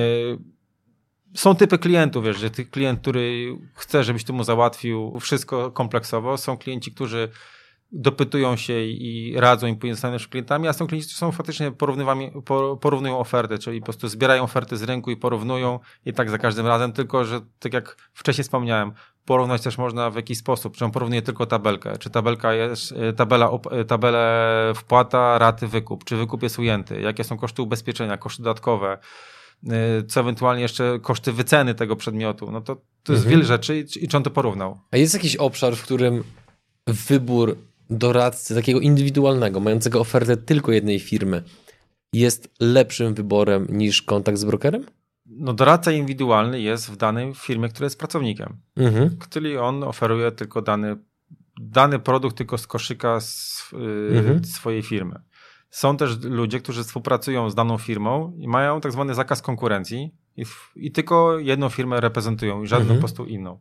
Są typy klientów, wiesz, że ty klient, który chce, żebyś ty mu załatwił wszystko kompleksowo. Są klienci, którzy dopytują się i radzą im później zostaną klientami, a są klienci, którzy są faktycznie porównują oferty, czyli po prostu zbierają oferty z rynku i porównują i tak za każdym razem, tylko że tak jak wcześniej wspomniałem, porównać też można w jakiś sposób, czy on porównuje tylko tabelkę, czy tabelka jest, tabela, tabelę wpłata, raty, wykup, czy wykup jest ujęty, jakie są koszty ubezpieczenia, koszty dodatkowe, co ewentualnie jeszcze koszty wyceny tego przedmiotu. No to, to jest mhm. wiele rzeczy i, i czy on to porównał. A jest jakiś obszar, w którym wybór doradcy takiego indywidualnego, mającego ofertę tylko jednej firmy jest lepszym wyborem niż kontakt z brokerem? No doradca indywidualny jest w danej firmie, która jest pracownikiem. Mhm. Czyli on oferuje tylko dany, dany produkt tylko z koszyka z, yy, mhm. swojej firmy. Są też ludzie, którzy współpracują z daną firmą i mają tak zwany zakaz konkurencji i, i tylko jedną firmę reprezentują i żadną mhm. po prostu inną.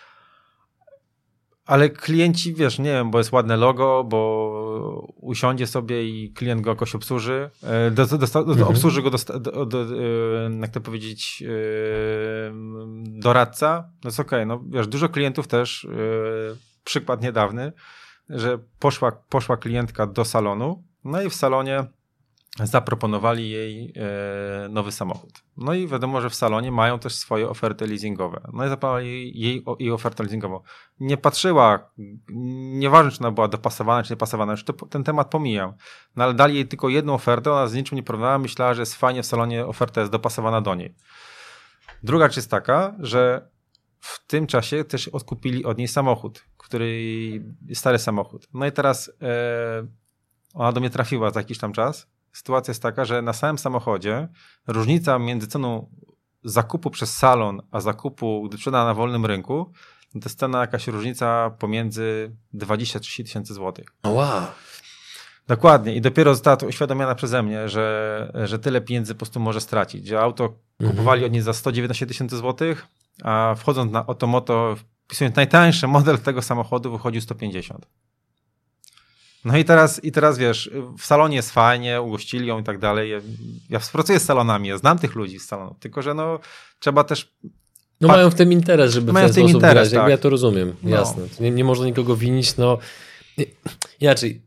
Ale klienci, wiesz, nie wiem, bo jest ładne logo, bo usiądzie sobie i klient go jakoś obsłuży, do, do, do, mhm. obsłuży go, do, do, do, jak to powiedzieć, doradca, no jest okej. Okay. No, wiesz, dużo klientów też, przykład niedawny, że poszła, poszła klientka do salonu, no i w salonie zaproponowali jej e, nowy samochód. No i wiadomo, że w salonie mają też swoje oferty leasingowe. No i zaproponowali jej, jej, jej ofertę leasingową. Nie patrzyła, nieważne czy ona była dopasowana, czy niepasowana, już to, ten temat pomijam. No ale dali jej tylko jedną ofertę, ona z niczym nie porównała, myślała, że jest fajnie w salonie, oferta jest dopasowana do niej. Druga rzecz jest taka, że w tym czasie też odkupili od niej samochód, który stary samochód. No i teraz e, ona do mnie trafiła za jakiś tam czas. Sytuacja jest taka, że na samym samochodzie różnica między ceną zakupu przez salon, a zakupu, gdy sprzeda na wolnym rynku, to jest cena jakaś różnica pomiędzy dwadzieścia trzydzieści tysięcy złotych. Wow. Dokładnie. I dopiero została to uświadomiona przeze mnie, że, że tyle pieniędzy po prostu może stracić. Że auto mhm. kupowali od niej za sto dziewiętnaście tysięcy złotych, a wchodząc na Otomoto, wpisując najtańszy model tego samochodu, wychodził sto pięćdziesiąt. No i teraz, i teraz wiesz, w salonie jest fajnie, ugościli ją i tak dalej. Ja, ja współpracuję z salonami, ja znam tych ludzi z salonu, tylko że no trzeba też... No mają w tym interes, żeby mają w ten w tym sposób interes, grać. tak. Ja to rozumiem, No. jasne. Nie, nie można nikogo winić, no... Inaczej...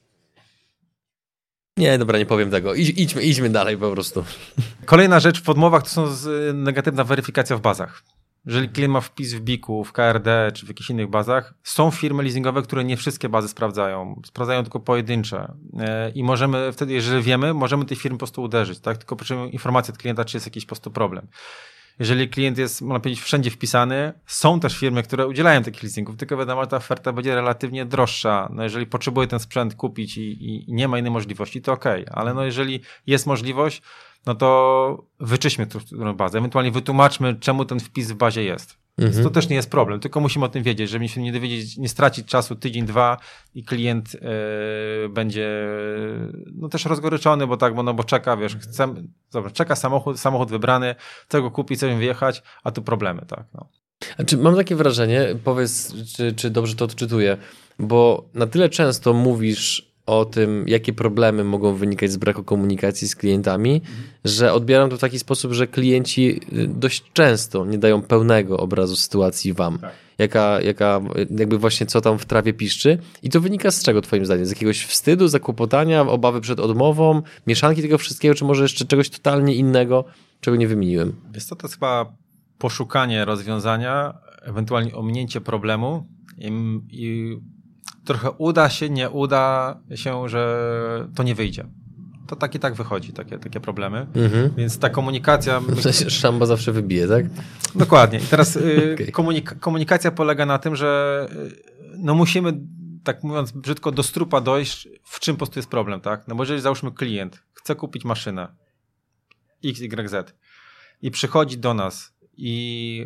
Nie, dobra, nie powiem tego. Idź, idźmy, idźmy dalej po prostu. Kolejna rzecz w odmowach to są z, negatywna weryfikacja w bazach. Jeżeli klient ma wpis w biku, w K R D czy w jakichś innych bazach, są firmy leasingowe, które nie wszystkie bazy sprawdzają. Sprawdzają tylko pojedyncze. I możemy wtedy, jeżeli wiemy, możemy tej firmy po prostu uderzyć. Tak? Tylko potrzebujemy informacji od klienta, czy jest jakiś po prostu problem. Jeżeli klient jest, można powiedzieć, wszędzie wpisany, są też firmy, które udzielają takich leasingów, tylko wiadomo, że ta oferta będzie relatywnie droższa. No jeżeli potrzebuje ten sprzęt kupić i, i nie ma innej możliwości, to okej. Okay. Ale no jeżeli jest możliwość, no to wyczyśmy tę bazę, ewentualnie wytłumaczmy, czemu ten wpis w bazie jest. Mhm. To też nie jest problem, tylko musimy o tym wiedzieć, żeby się nie dowiedzieć, nie stracić czasu tydzień, dwa i klient yy, będzie no też rozgoryczony, bo tak, bo, no, bo czeka, wiesz, chce, dobra, czeka samochód, samochód wybrany, chce go kupić, chce wyjechać, a tu problemy, tak. No. A czy mam takie wrażenie, powiedz, czy, czy dobrze to odczytuję, bo na tyle często mówisz o tym, jakie problemy mogą wynikać z braku komunikacji z klientami, mhm. że odbieram to w taki sposób, że klienci dość często nie dają pełnego obrazu sytuacji wam. Tak. Jaka, jaka, jakby właśnie co tam w trawie piszczy. I to wynika z czego twoim zdaniem? Z jakiegoś wstydu, zakłopotania, obawy przed odmową, mieszanki tego wszystkiego, czy może jeszcze czegoś totalnie innego, czego nie wymieniłem? Wiesz co, to jest chyba poszukanie rozwiązania, ewentualnie ominięcie problemu i, i trochę uda się, nie uda się, że to nie wyjdzie. To tak i tak wychodzi, takie, takie problemy. Mhm. Więc ta komunikacja... W sensie szamba zawsze wybije, tak? Dokładnie. I teraz okay. komunika- komunikacja polega na tym, że no musimy, tak mówiąc brzydko, do strupa dojść, w czym po prostu jest problem, tak? No bo jeżeli załóżmy klient chce kupić maszynę X Y Z i przychodzi do nas i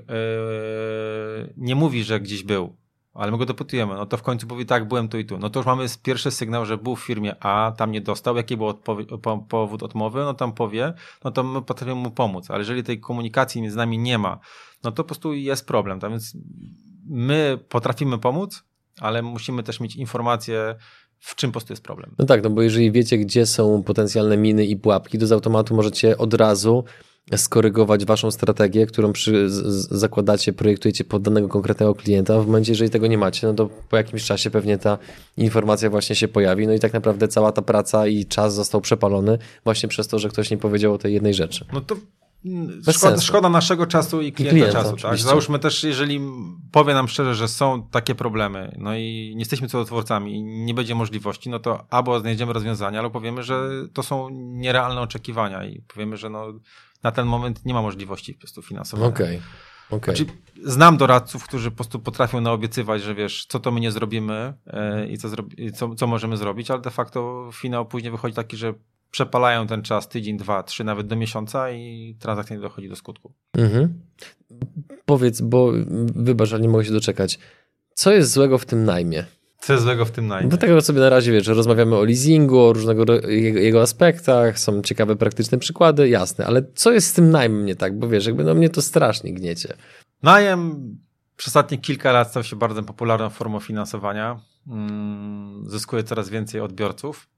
yy, nie mówi, że gdzieś był, ale my go dopytujemy, no to w końcu powie tak, byłem tu i tu. No to już mamy pierwszy sygnał, że był w firmie A, tam nie dostał, jaki był odpowie- po- powód odmowy, no tam powie, no to my potrafimy mu pomóc. Ale jeżeli tej komunikacji między nami nie ma, no to po prostu jest problem. Tak więc my potrafimy pomóc, ale musimy też mieć informację, w czym po prostu jest problem. No tak, no bo jeżeli wiecie, gdzie są potencjalne miny i pułapki, to z automatu możecie od razu skorygować waszą strategię, którą przy, z, zakładacie, projektujecie pod danego konkretnego klienta. W momencie, jeżeli tego nie macie, no to po jakimś czasie pewnie ta informacja właśnie się pojawi, no i tak naprawdę cała ta praca i czas został przepalony właśnie przez to, że ktoś nie powiedział o tej jednej rzeczy. No to szkoda, szkoda naszego czasu i klienta, klienta czasu. Tak? Załóżmy też, jeżeli powie nam szczerze, że są takie problemy, no i nie jesteśmy cudotwórcami i nie będzie możliwości, no to albo znajdziemy rozwiązania, albo powiemy, że to są nierealne oczekiwania i powiemy, że no na ten moment nie ma możliwości po prostu finansowania. Okej. Okay. Znaczy, znam doradców, którzy po prostu potrafią naobiecywać, że wiesz, co to my nie zrobimy e, i co, zrobi, co, co możemy zrobić, ale de facto finał później wychodzi taki, że przepalają ten czas tydzień, dwa, trzy, nawet do miesiąca i transakcja nie dochodzi do skutku. Mhm. Powiedz, bo wybacz, ale nie mogę się doczekać. Co jest złego w tym najmie? Co jest złego w tym najmie? Do tego sobie na razie, wiesz, rozmawiamy o leasingu, o różnego jego, jego aspektach, są ciekawe, praktyczne przykłady, jasne, ale co jest z tym najmem nie tak? Bo wiesz, jakby no mnie to strasznie gniecie. Najem przez ostatnie kilka lat stał się bardzo popularną formą finansowania. Zyskuje coraz więcej odbiorców.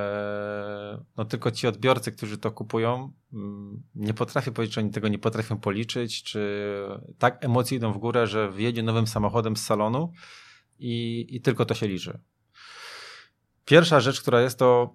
No tylko ci odbiorcy, którzy to kupują, nie potrafię powiedzieć, czy oni tego nie potrafią policzyć, czy tak emocje idą w górę, że wyjedzie nowym samochodem z salonu i, i tylko to się liczy. Pierwsza rzecz, która jest, to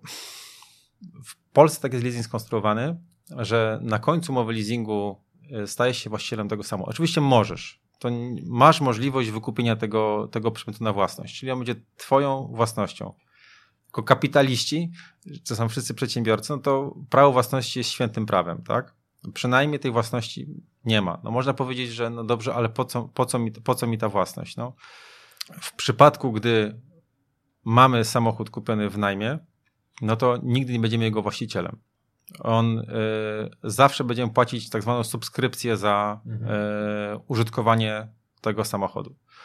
w Polsce tak jest leasing skonstruowany, że na końcu umowy leasingu stajesz się właścicielem tego samochodu. Oczywiście możesz. To masz możliwość wykupienia tego, tego przedmiotu na własność, czyli on będzie twoją własnością. Jako kapitaliści, to są wszyscy przedsiębiorcy, no to prawo własności jest świętym prawem, tak? Przynajmniej tej własności nie ma. No można powiedzieć, że no dobrze, ale po co, po co, mi, po co mi ta własność? No, w przypadku, gdy mamy samochód kupiony w najmie, no to nigdy nie będziemy jego właścicielem. On y, zawsze będziemy płacić tak zwaną subskrypcję za y, użytkowanie tego samochodu.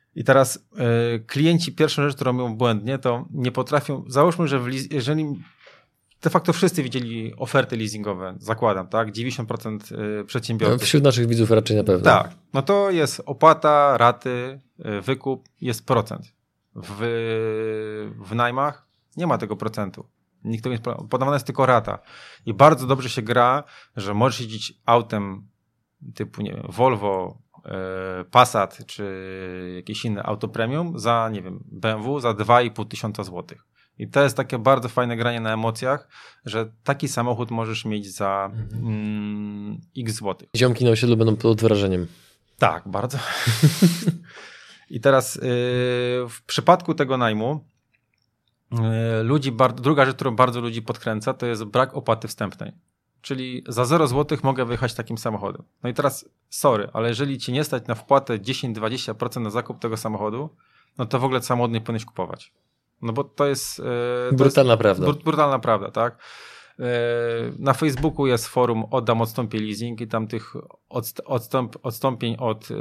I teraz y, klienci, pierwszą rzecz, którą robią błędnie, to nie potrafią, załóżmy, że w, jeżeli de facto wszyscy widzieli oferty leasingowe, zakładam, tak, dziewięćdziesiąt procent przedsiębiorców. No, wśród naszych widzów raczej na pewno. Tak, no to jest opłata, raty, wykup, jest procent. W, w najmach nie ma tego procentu. Nikt to nie, podawana jest tylko rata. I bardzo dobrze się gra, że możesz jeździć autem typu, nie wiem, Volvo, Passat czy jakieś inne auto premium za, nie wiem, B M W za dwa i pół tysiąca złotych. I to jest takie bardzo fajne granie na emocjach, że taki samochód możesz mieć za mm, x złotych. Ziomki na osiedlu będą pod wrażeniem. Tak, bardzo. I teraz yy, w przypadku tego najmu yy, ludzi, bardzo, druga rzecz, którą bardzo ludzi podkręca, to jest brak opłaty wstępnej. Czyli za zero złotych mogę wyjechać takim samochodem. No i teraz, sorry, ale jeżeli ci nie stać na wpłatę dziesięć do dwudziestu procent na zakup tego samochodu, no to w ogóle samochód nie powinieneś kupować. No bo to jest... Yy, to brutalna jest, prawda. Br- brutalna prawda, tak. Yy, na Facebooku jest forum Oddam, odstąpię leasing i tam tych odst- odstąp- odstąpień od yy,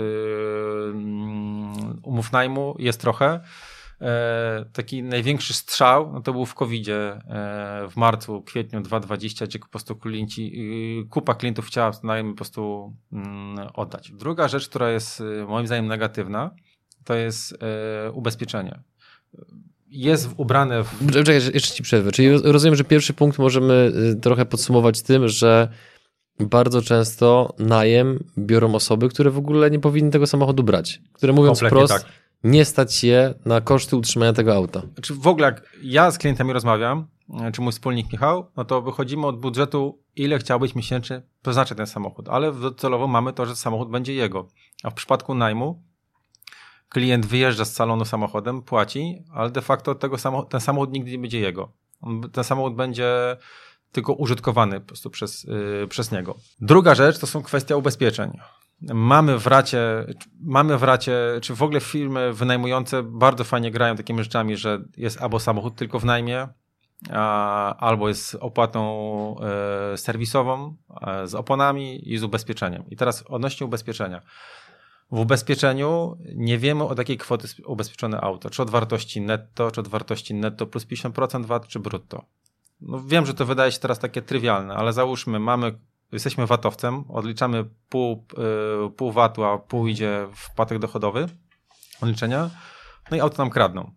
umów najmu jest trochę. E, taki największy strzał, no to był w kowidzie e, w marcu, kwietniu dwa tysiące dwudziestym, gdzie po prostu klienci, y, kupa klientów chciała najem po prostu mm, oddać. Druga rzecz, która jest y, moim zdaniem negatywna, to jest e, ubezpieczenie. Jest ubrane w... Czekaj, jeszcze ci przerwę. Czyli rozumiem, że pierwszy punkt możemy trochę podsumować tym, że bardzo często najem biorą osoby, które w ogóle nie powinny tego samochodu brać. Które mówiąc Kompletnie wprost, tak. nie stać się na koszty utrzymania tego auta. Znaczy w ogóle jak ja z klientami rozmawiam, czy mój wspólnik Michał, no to wychodzimy od budżetu, ile chciałbyś miesięcznie przeznaczyć ten samochód, ale docelowo mamy to, że samochód będzie jego. A w przypadku najmu klient wyjeżdża z salonu samochodem, płaci, ale de facto tego samochód, ten samochód nigdy nie będzie jego. Ten samochód będzie tylko użytkowany po prostu przez, yy, przez niego. Druga rzecz to są kwestia ubezpieczeń. Mamy w racie, mamy w racie, czy w ogóle firmy wynajmujące bardzo fajnie grają takimi rzeczami, że jest albo samochód tylko w najmie, a, albo jest opłatą e, serwisową, e, z oponami i z ubezpieczeniem. I teraz odnośnie ubezpieczenia. W ubezpieczeniu nie wiemy, od jakiej kwoty jest ubezpieczone auto. Czy od wartości netto, czy od wartości netto plus pięćdziesiąt procent V A T, czy brutto. No wiem, że to wydaje się teraz takie trywialne, ale załóżmy, mamy jesteśmy vatowcem, odliczamy pół, yy, pół vatu, a pół idzie w podatek dochodowy odliczenia, no i auto nam kradną.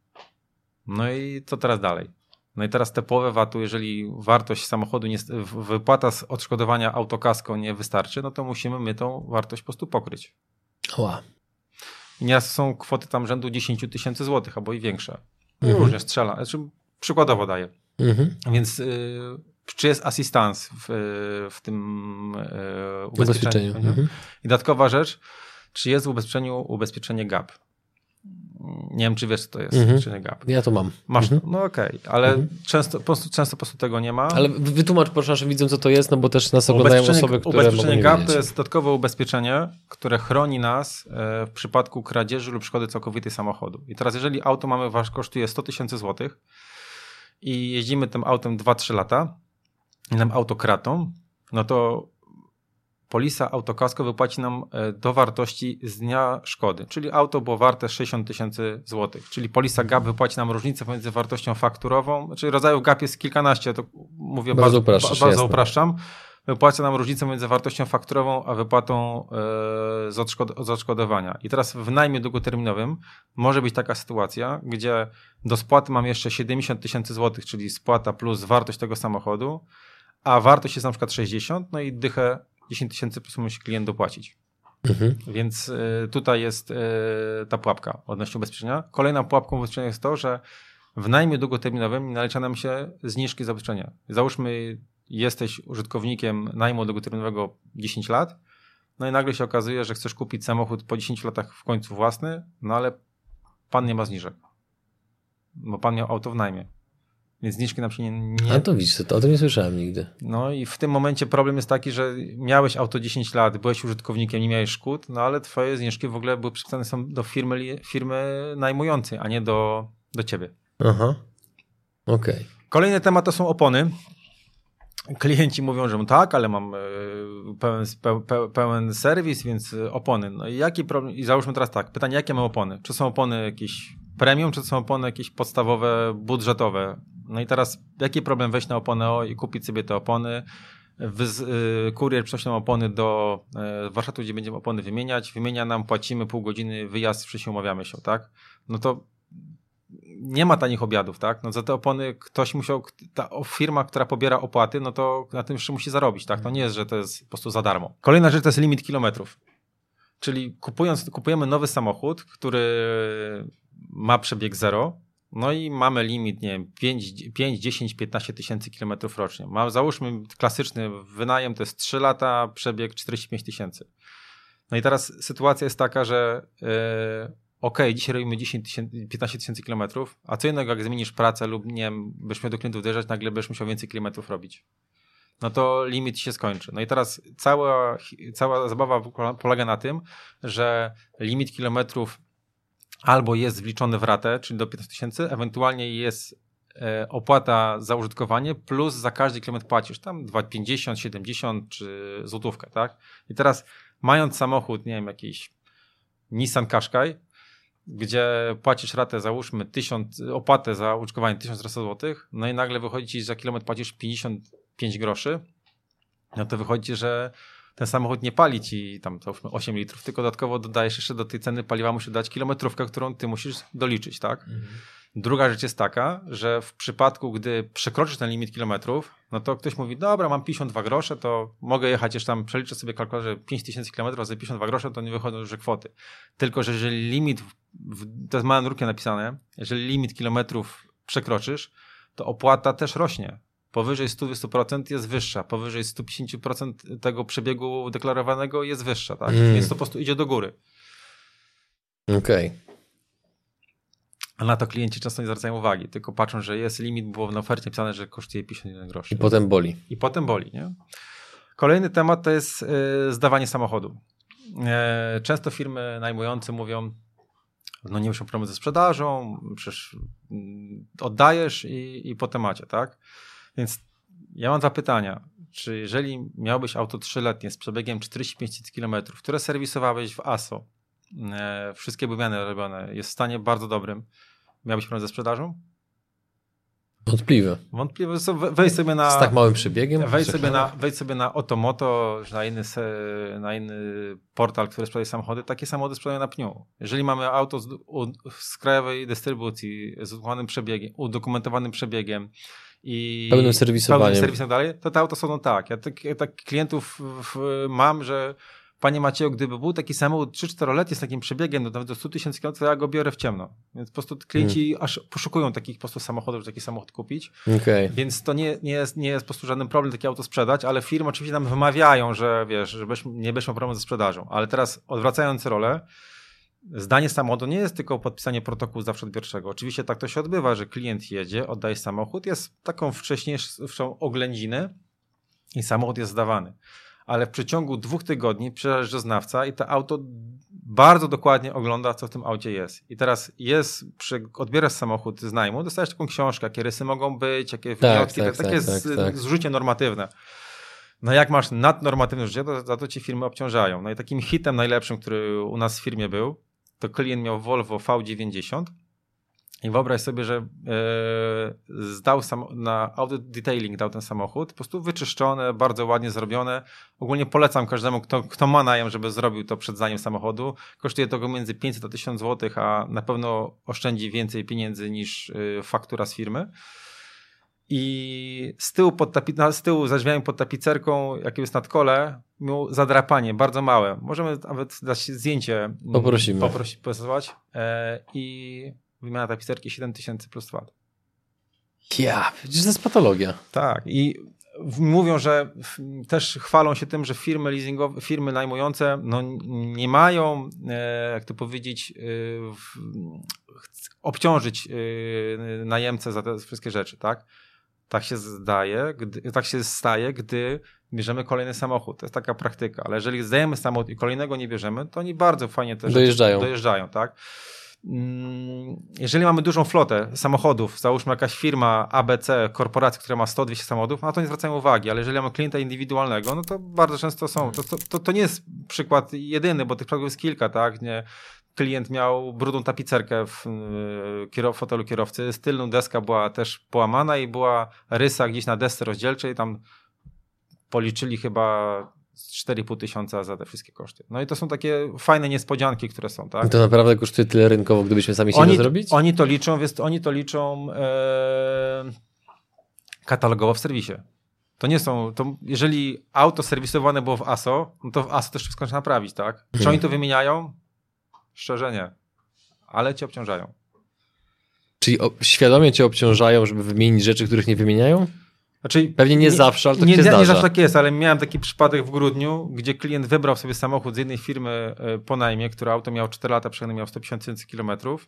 No i co teraz dalej? No i teraz te połowę vatu, jeżeli wartość samochodu, nie, wypłata z odszkodowania autokasko nie wystarczy, no to musimy my tą wartość po prostu pokryć. Ła. I nieraz są kwoty tam rzędu dziesięć tysięcy złotych, albo i większe. Mhm. Różnie strzela. Znaczy, przykładowo daję. Mhm. Więc... Yy, czy jest asystans w, w tym e, ubezpieczeniu? ubezpieczeniu. Mhm. I dodatkowa rzecz, czy jest w ubezpieczeniu ubezpieczenie G A P? Nie wiem, czy wiesz, co to jest Mhm. ubezpieczenie G A P. Ja to mam. Masz Mhm. to? No okej, okay. ale Mhm. często, po prostu, często po prostu tego nie ma. Ale wytłumacz proszę naszym widzom, co to jest, no bo też nas oglądają osoby, które ubezpieczenie mogą nie G A P wiedzieć. to jest dodatkowe ubezpieczenie, które chroni nas w przypadku kradzieży lub szkody całkowitej samochodu. I teraz jeżeli auto mamy, wasz kosztuje sto tysięcy złotych i jeździmy tym autem dwa trzy lata, i nam auto kratą, no to polisa autokasko wypłaci nam do wartości z dnia szkody. Czyli auto było warte sześćdziesiąt tysięcy złotych. Czyli polisa G A P wypłaci nam różnicę pomiędzy wartością fakturową, czyli rodzajów G A P jest kilkanaście, to mówię bardzo, bardzo, bardzo, bardzo upraszczam. Wypłaca nam różnicę między wartością fakturową a wypłatą yy, z, odszkod- z odszkodowania. I teraz w najmie długoterminowym może być taka sytuacja, gdzie do spłaty mam jeszcze siedemdziesiąt tysięcy złotych, czyli spłata plus wartość tego samochodu, a wartość jest na przykład sześćdziesiąt, no i dychę dziesięć tysięcy po prostu musi klient dopłacić. Mhm. Więc y, tutaj jest y, ta pułapka odnośnie ubezpieczenia. Kolejną pułapką ubezpieczenia jest to, że w najmie długoterminowym nalicza nam się zniżki zabezpieczenia. Załóżmy, jesteś użytkownikiem najmu długoterminowego dziesięć lat, no i nagle się okazuje, że chcesz kupić samochód po dziesięciu latach w końcu własny, no ale pan nie ma zniżek, bo pan miał auto w najmie. Więc zniżki nam się nie... nie... A to widzisz, to o tym nie słyszałem nigdy. No i w tym momencie problem jest taki, że miałeś auto dziesięć lat, byłeś użytkownikiem, nie miałeś szkód, no ale twoje zniżki w ogóle były przypisane są do firmy, firmy najmującej, a nie do, do ciebie. Aha, okej. Okay. Kolejny temat to są opony. klienci mówią, że tak, ale mam pełen, pe, pełen serwis, więc opony. No i jaki problem? I załóżmy teraz tak, pytanie, jakie mam opony? Czy są opony jakieś premium, czy są opony jakieś podstawowe, budżetowe? No i teraz jaki problem wejść na oponę O i kupić sobie te opony? Wyz, y, kurier przynosi nam opony do y, warsztatu, gdzie będziemy opony wymieniać. Wymienia nam, płacimy pół godziny, wyjazd, wszyscy umawiamy się, tak? No to nie ma tanich obiadów, tak? No za te opony ktoś musiał, ta firma, która pobiera opłaty, no to na tym jeszcze musi zarobić, tak? To nie jest, że to jest po prostu za darmo. Kolejna rzecz to jest limit kilometrów. Czyli kupując, kupujemy nowy samochód, który ma przebieg zero, no i mamy limit, nie wiem, pięć, dziesięć, piętnaście tysięcy kilometrów rocznie. Mam, załóżmy klasyczny wynajem, to jest trzy lata, przebieg czterdzieści pięć tysięcy. No i teraz sytuacja jest taka, że yy, ok, dzisiaj robimy dziesięć, piętnaście tysięcy kilometrów, a co innego jak zmienisz pracę lub nie wiem, byś miał do klientów dojeżdżać, nagle byś musiał więcej kilometrów robić. No to limit się skończy. No i teraz cała, cała zabawa polega na tym, że limit kilometrów albo jest wliczony w ratę, czyli do piętnastu tysięcy, ewentualnie jest e, opłata za użytkowanie, plus za każdy kilometr płacisz tam dwa pięćdziesiąt, siedemdziesiąt czy złotówkę, tak? I teraz mając samochód, nie wiem, jakiś Nissan Qashqai, gdzie płacisz ratę, załóżmy tysiąc, opłatę za użytkowanie tysiąc trzysta złotych, no i nagle wychodzi ci, że za kilometr płacisz pięćdziesiąt pięć groszy, no to wychodzi, że ten samochód nie pali ci tam załóżmy osiem litrów, tylko dodatkowo dodajesz jeszcze do tej ceny paliwa, musisz dodać kilometrówkę, którą ty musisz doliczyć, tak? Mhm. Druga rzecz jest taka, że w przypadku, gdy przekroczysz ten limit kilometrów, no to ktoś mówi, dobra, mam pięćdziesiąt dwa grosze, to mogę jechać jeszcze tam, przeliczę sobie kalkulator, że pięć tysięcy kilometrów za pięćdziesiąt dwa grosze, to nie wychodzą już kwoty. Tylko, że jeżeli limit, w, w, to jest małym drukiem napisane, jeżeli limit kilometrów przekroczysz, to opłata też rośnie. Powyżej sto dwadzieścia procent jest wyższa, powyżej sto pięćdziesiąt procent tego przebiegu deklarowanego jest wyższa, tak? Mm. Więc to po prostu idzie do góry. Okej. Okay. A na to klienci często nie zwracają uwagi, tylko patrzą, że jest limit, było na ofercie napisane, że kosztuje pięćdziesiąt jeden groszy. I potem boli. I potem boli, nie? Kolejny temat to jest y, zdawanie samochodu. Y, często firmy najmujące mówią, no nie masz problemu ze sprzedażą, przecież y, oddajesz i, i po temacie, tak? Więc ja mam dwa pytania. Czy jeżeli miałbyś auto trzyletnie z przebiegiem czterdzieści pięć tysięcy kilometrów, które serwisowałeś w A S O, e, wszystkie wymiany robione, jest w stanie bardzo dobrym, miałbyś problem ze sprzedażą? Wątpliwe. Wątpliwe. Wejdź sobie na... Z tak małym przebiegiem? Wejdź sobie na, wejdź sobie na Otomoto, na inny, na inny portal, który sprzedaje samochody. Takie samochody sprzedają na pniu. Jeżeli mamy auto z, u, z krajowej dystrybucji, z udokumentowanym przebiegiem, udokumentowanym przebiegiem, i pełnym serwisowaniem, pełnym serwisem dalej, to te auto są no tak. Ja tak, ja tak klientów w, mam, że panie Macieju, gdyby był taki samochód trzy czteroletni z takim przebiegiem, no nawet do stu tysięcy kilometrów, to ja go biorę w ciemno. Więc po prostu klienci hmm. aż poszukują takich po prostu samochodów, żeby taki samochód kupić. Okay. Więc to nie, nie, jest, nie jest po prostu żaden problem takie auto sprzedać, ale firmy oczywiście nam wymawiają, że wiesz, że nie będziemy problemu ze sprzedażą. Ale teraz odwracając rolę, zdanie samochodu nie jest tylko podpisanie protokołu zawsze-odbiorczego. Oczywiście tak to się odbywa, że klient jedzie, oddaje samochód, jest taką wcześniejszą oględzinę i samochód jest zdawany. Ale w przeciągu dwóch tygodni przyjeżdża znawca i to auto bardzo dokładnie ogląda, co w tym aucie jest. I teraz jest, przy, odbierasz samochód z najmu, dostajesz taką książkę, jakie rysy mogą być, jakie wyjątki, tak, tak, takie tak, z, tak, tak. zrzucie normatywne. No jak masz nadnormatywne życie, to za to ci firmy obciążają. No i takim hitem najlepszym, który u nas w firmie był, to klient miał Volvo V dziewięćdziesiąt i wyobraź sobie, że yy, zdał sam, na auto detailing dał ten samochód, po prostu wyczyszczone, bardzo ładnie zrobione. Ogólnie polecam każdemu, kto, kto ma najem, żeby zrobił to przed zdaniem samochodu. Kosztuje to go między pięćset a tysiąc złotych, a na pewno oszczędzi więcej pieniędzy niż yy, faktura z firmy. I z tyłu, pod tapi- z tyłu za drzwiami pod tapicerką, jakie jest nadkole, miał zadrapanie, bardzo małe. Możemy nawet dać zdjęcie. Poprosimy. Poprosić, posłać. E, I wymiana tapicerki siedem tysięcy plus V A T. Ja, przecież to jest patologia. Tak. I mówią, że też chwalą się tym, że firmy leasingowe, firmy najmujące no, nie mają, e, jak to powiedzieć, e, w, obciążyć e, najemcę za te wszystkie rzeczy, tak? Tak się zdaje, gdy, tak się staje, gdy bierzemy kolejny samochód. To jest taka praktyka. Ale jeżeli zdajemy samochód i kolejnego nie bierzemy, to oni bardzo fajnie też dojeżdżają. dojeżdżają, tak? jeżeli mamy dużą flotę samochodów, załóżmy jakaś firma A B C, korporacja, która ma sto dwieście samochodów, no to nie zwracają uwagi, ale jeżeli mamy klienta indywidualnego, no to bardzo często są. To, to, to, to nie jest przykład jedyny, bo tych przykładów jest kilka, tak? Nie, klient miał brudną tapicerkę w kierow, fotelu kierowcy, z tylną deska była też połamana i była rysa gdzieś na desce rozdzielczej, tam policzyli chyba cztery i pół tysiąca za te wszystkie koszty. No i to są takie fajne niespodzianki, które są, tak? I to naprawdę kosztuje tyle rynkowo, gdybyśmy sami chcieli oni, to zrobić? Oni to liczą, wiesz, oni to liczą e, katalogowo w serwisie. To nie są, to jeżeli auto serwisowane było w A S O, no to w A S O też wszystko trzeba naprawić, tak? Czy Hmm. oni to wymieniają? Szczerze nie. Ale cię obciążają. Czyli o, świadomie cię obciążają, żeby wymienić rzeczy, których nie wymieniają? Znaczy, Pewnie nie, nie zawsze, ale to nie, się nie, zdarza. Nie zawsze tak jest, ale miałem taki przypadek w grudniu, gdzie klient wybrał sobie samochód z jednej firmy po najmie, które auto miało cztery lata, przynajmniej miał sto pięćdziesiąt tysięcy kilometrów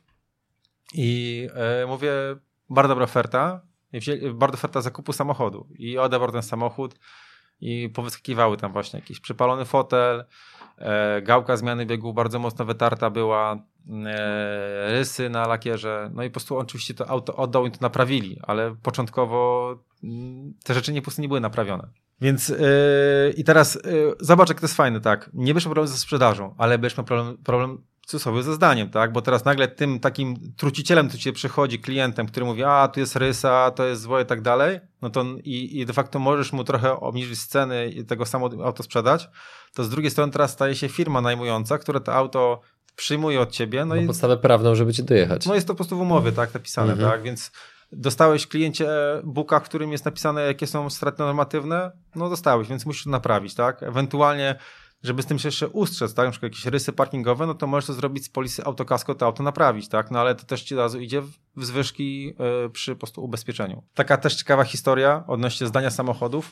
i e, mówię, bardzo dobra oferta, I wzięli, bardzo oferta zakupu samochodu i odebrał ten samochód i powyskakiwały tam właśnie jakiś przypalony fotel, e, gałka zmiany biegów bardzo mocno wytarta była, e, rysy na lakierze, no i po prostu oczywiście to auto oddał i to naprawili, ale początkowo m, te rzeczy nie, po prostu nie były naprawione. Więc yy, i teraz yy, zobacz, jak to jest fajne, tak, nie byśmy problem ze sprzedażą, ale byśmy problem, problem w cudzysłowie ze zdaniem, tak, bo teraz nagle tym takim trucicielem, który cię przychodzi, klientem, który mówi, a tu jest rysa, to jest zło i tak dalej, no to i, i de facto możesz mu trochę obniżyć ceny i tego samo auto sprzedać, to z drugiej strony teraz staje się firma najmująca, która to auto przyjmuje od ciebie. No Ma i podstawę prawną, żeby cię dojechać. no jest to po prostu w umowie, tak, napisane, Mhm. tak, więc dostałeś kliencie booka, w którym jest napisane, jakie są straty normatywne, no dostałeś, więc musisz to naprawić, tak, ewentualnie, żeby z tym się jeszcze ustrzec, tak, na przykład jakieś rysy parkingowe, no to możesz to zrobić z polisy autokasko, to auto naprawić, tak, no ale to też ci od razu idzie w, w zwyżki y, przy po prostu ubezpieczeniu. Taka też ciekawa historia odnośnie zdania samochodów,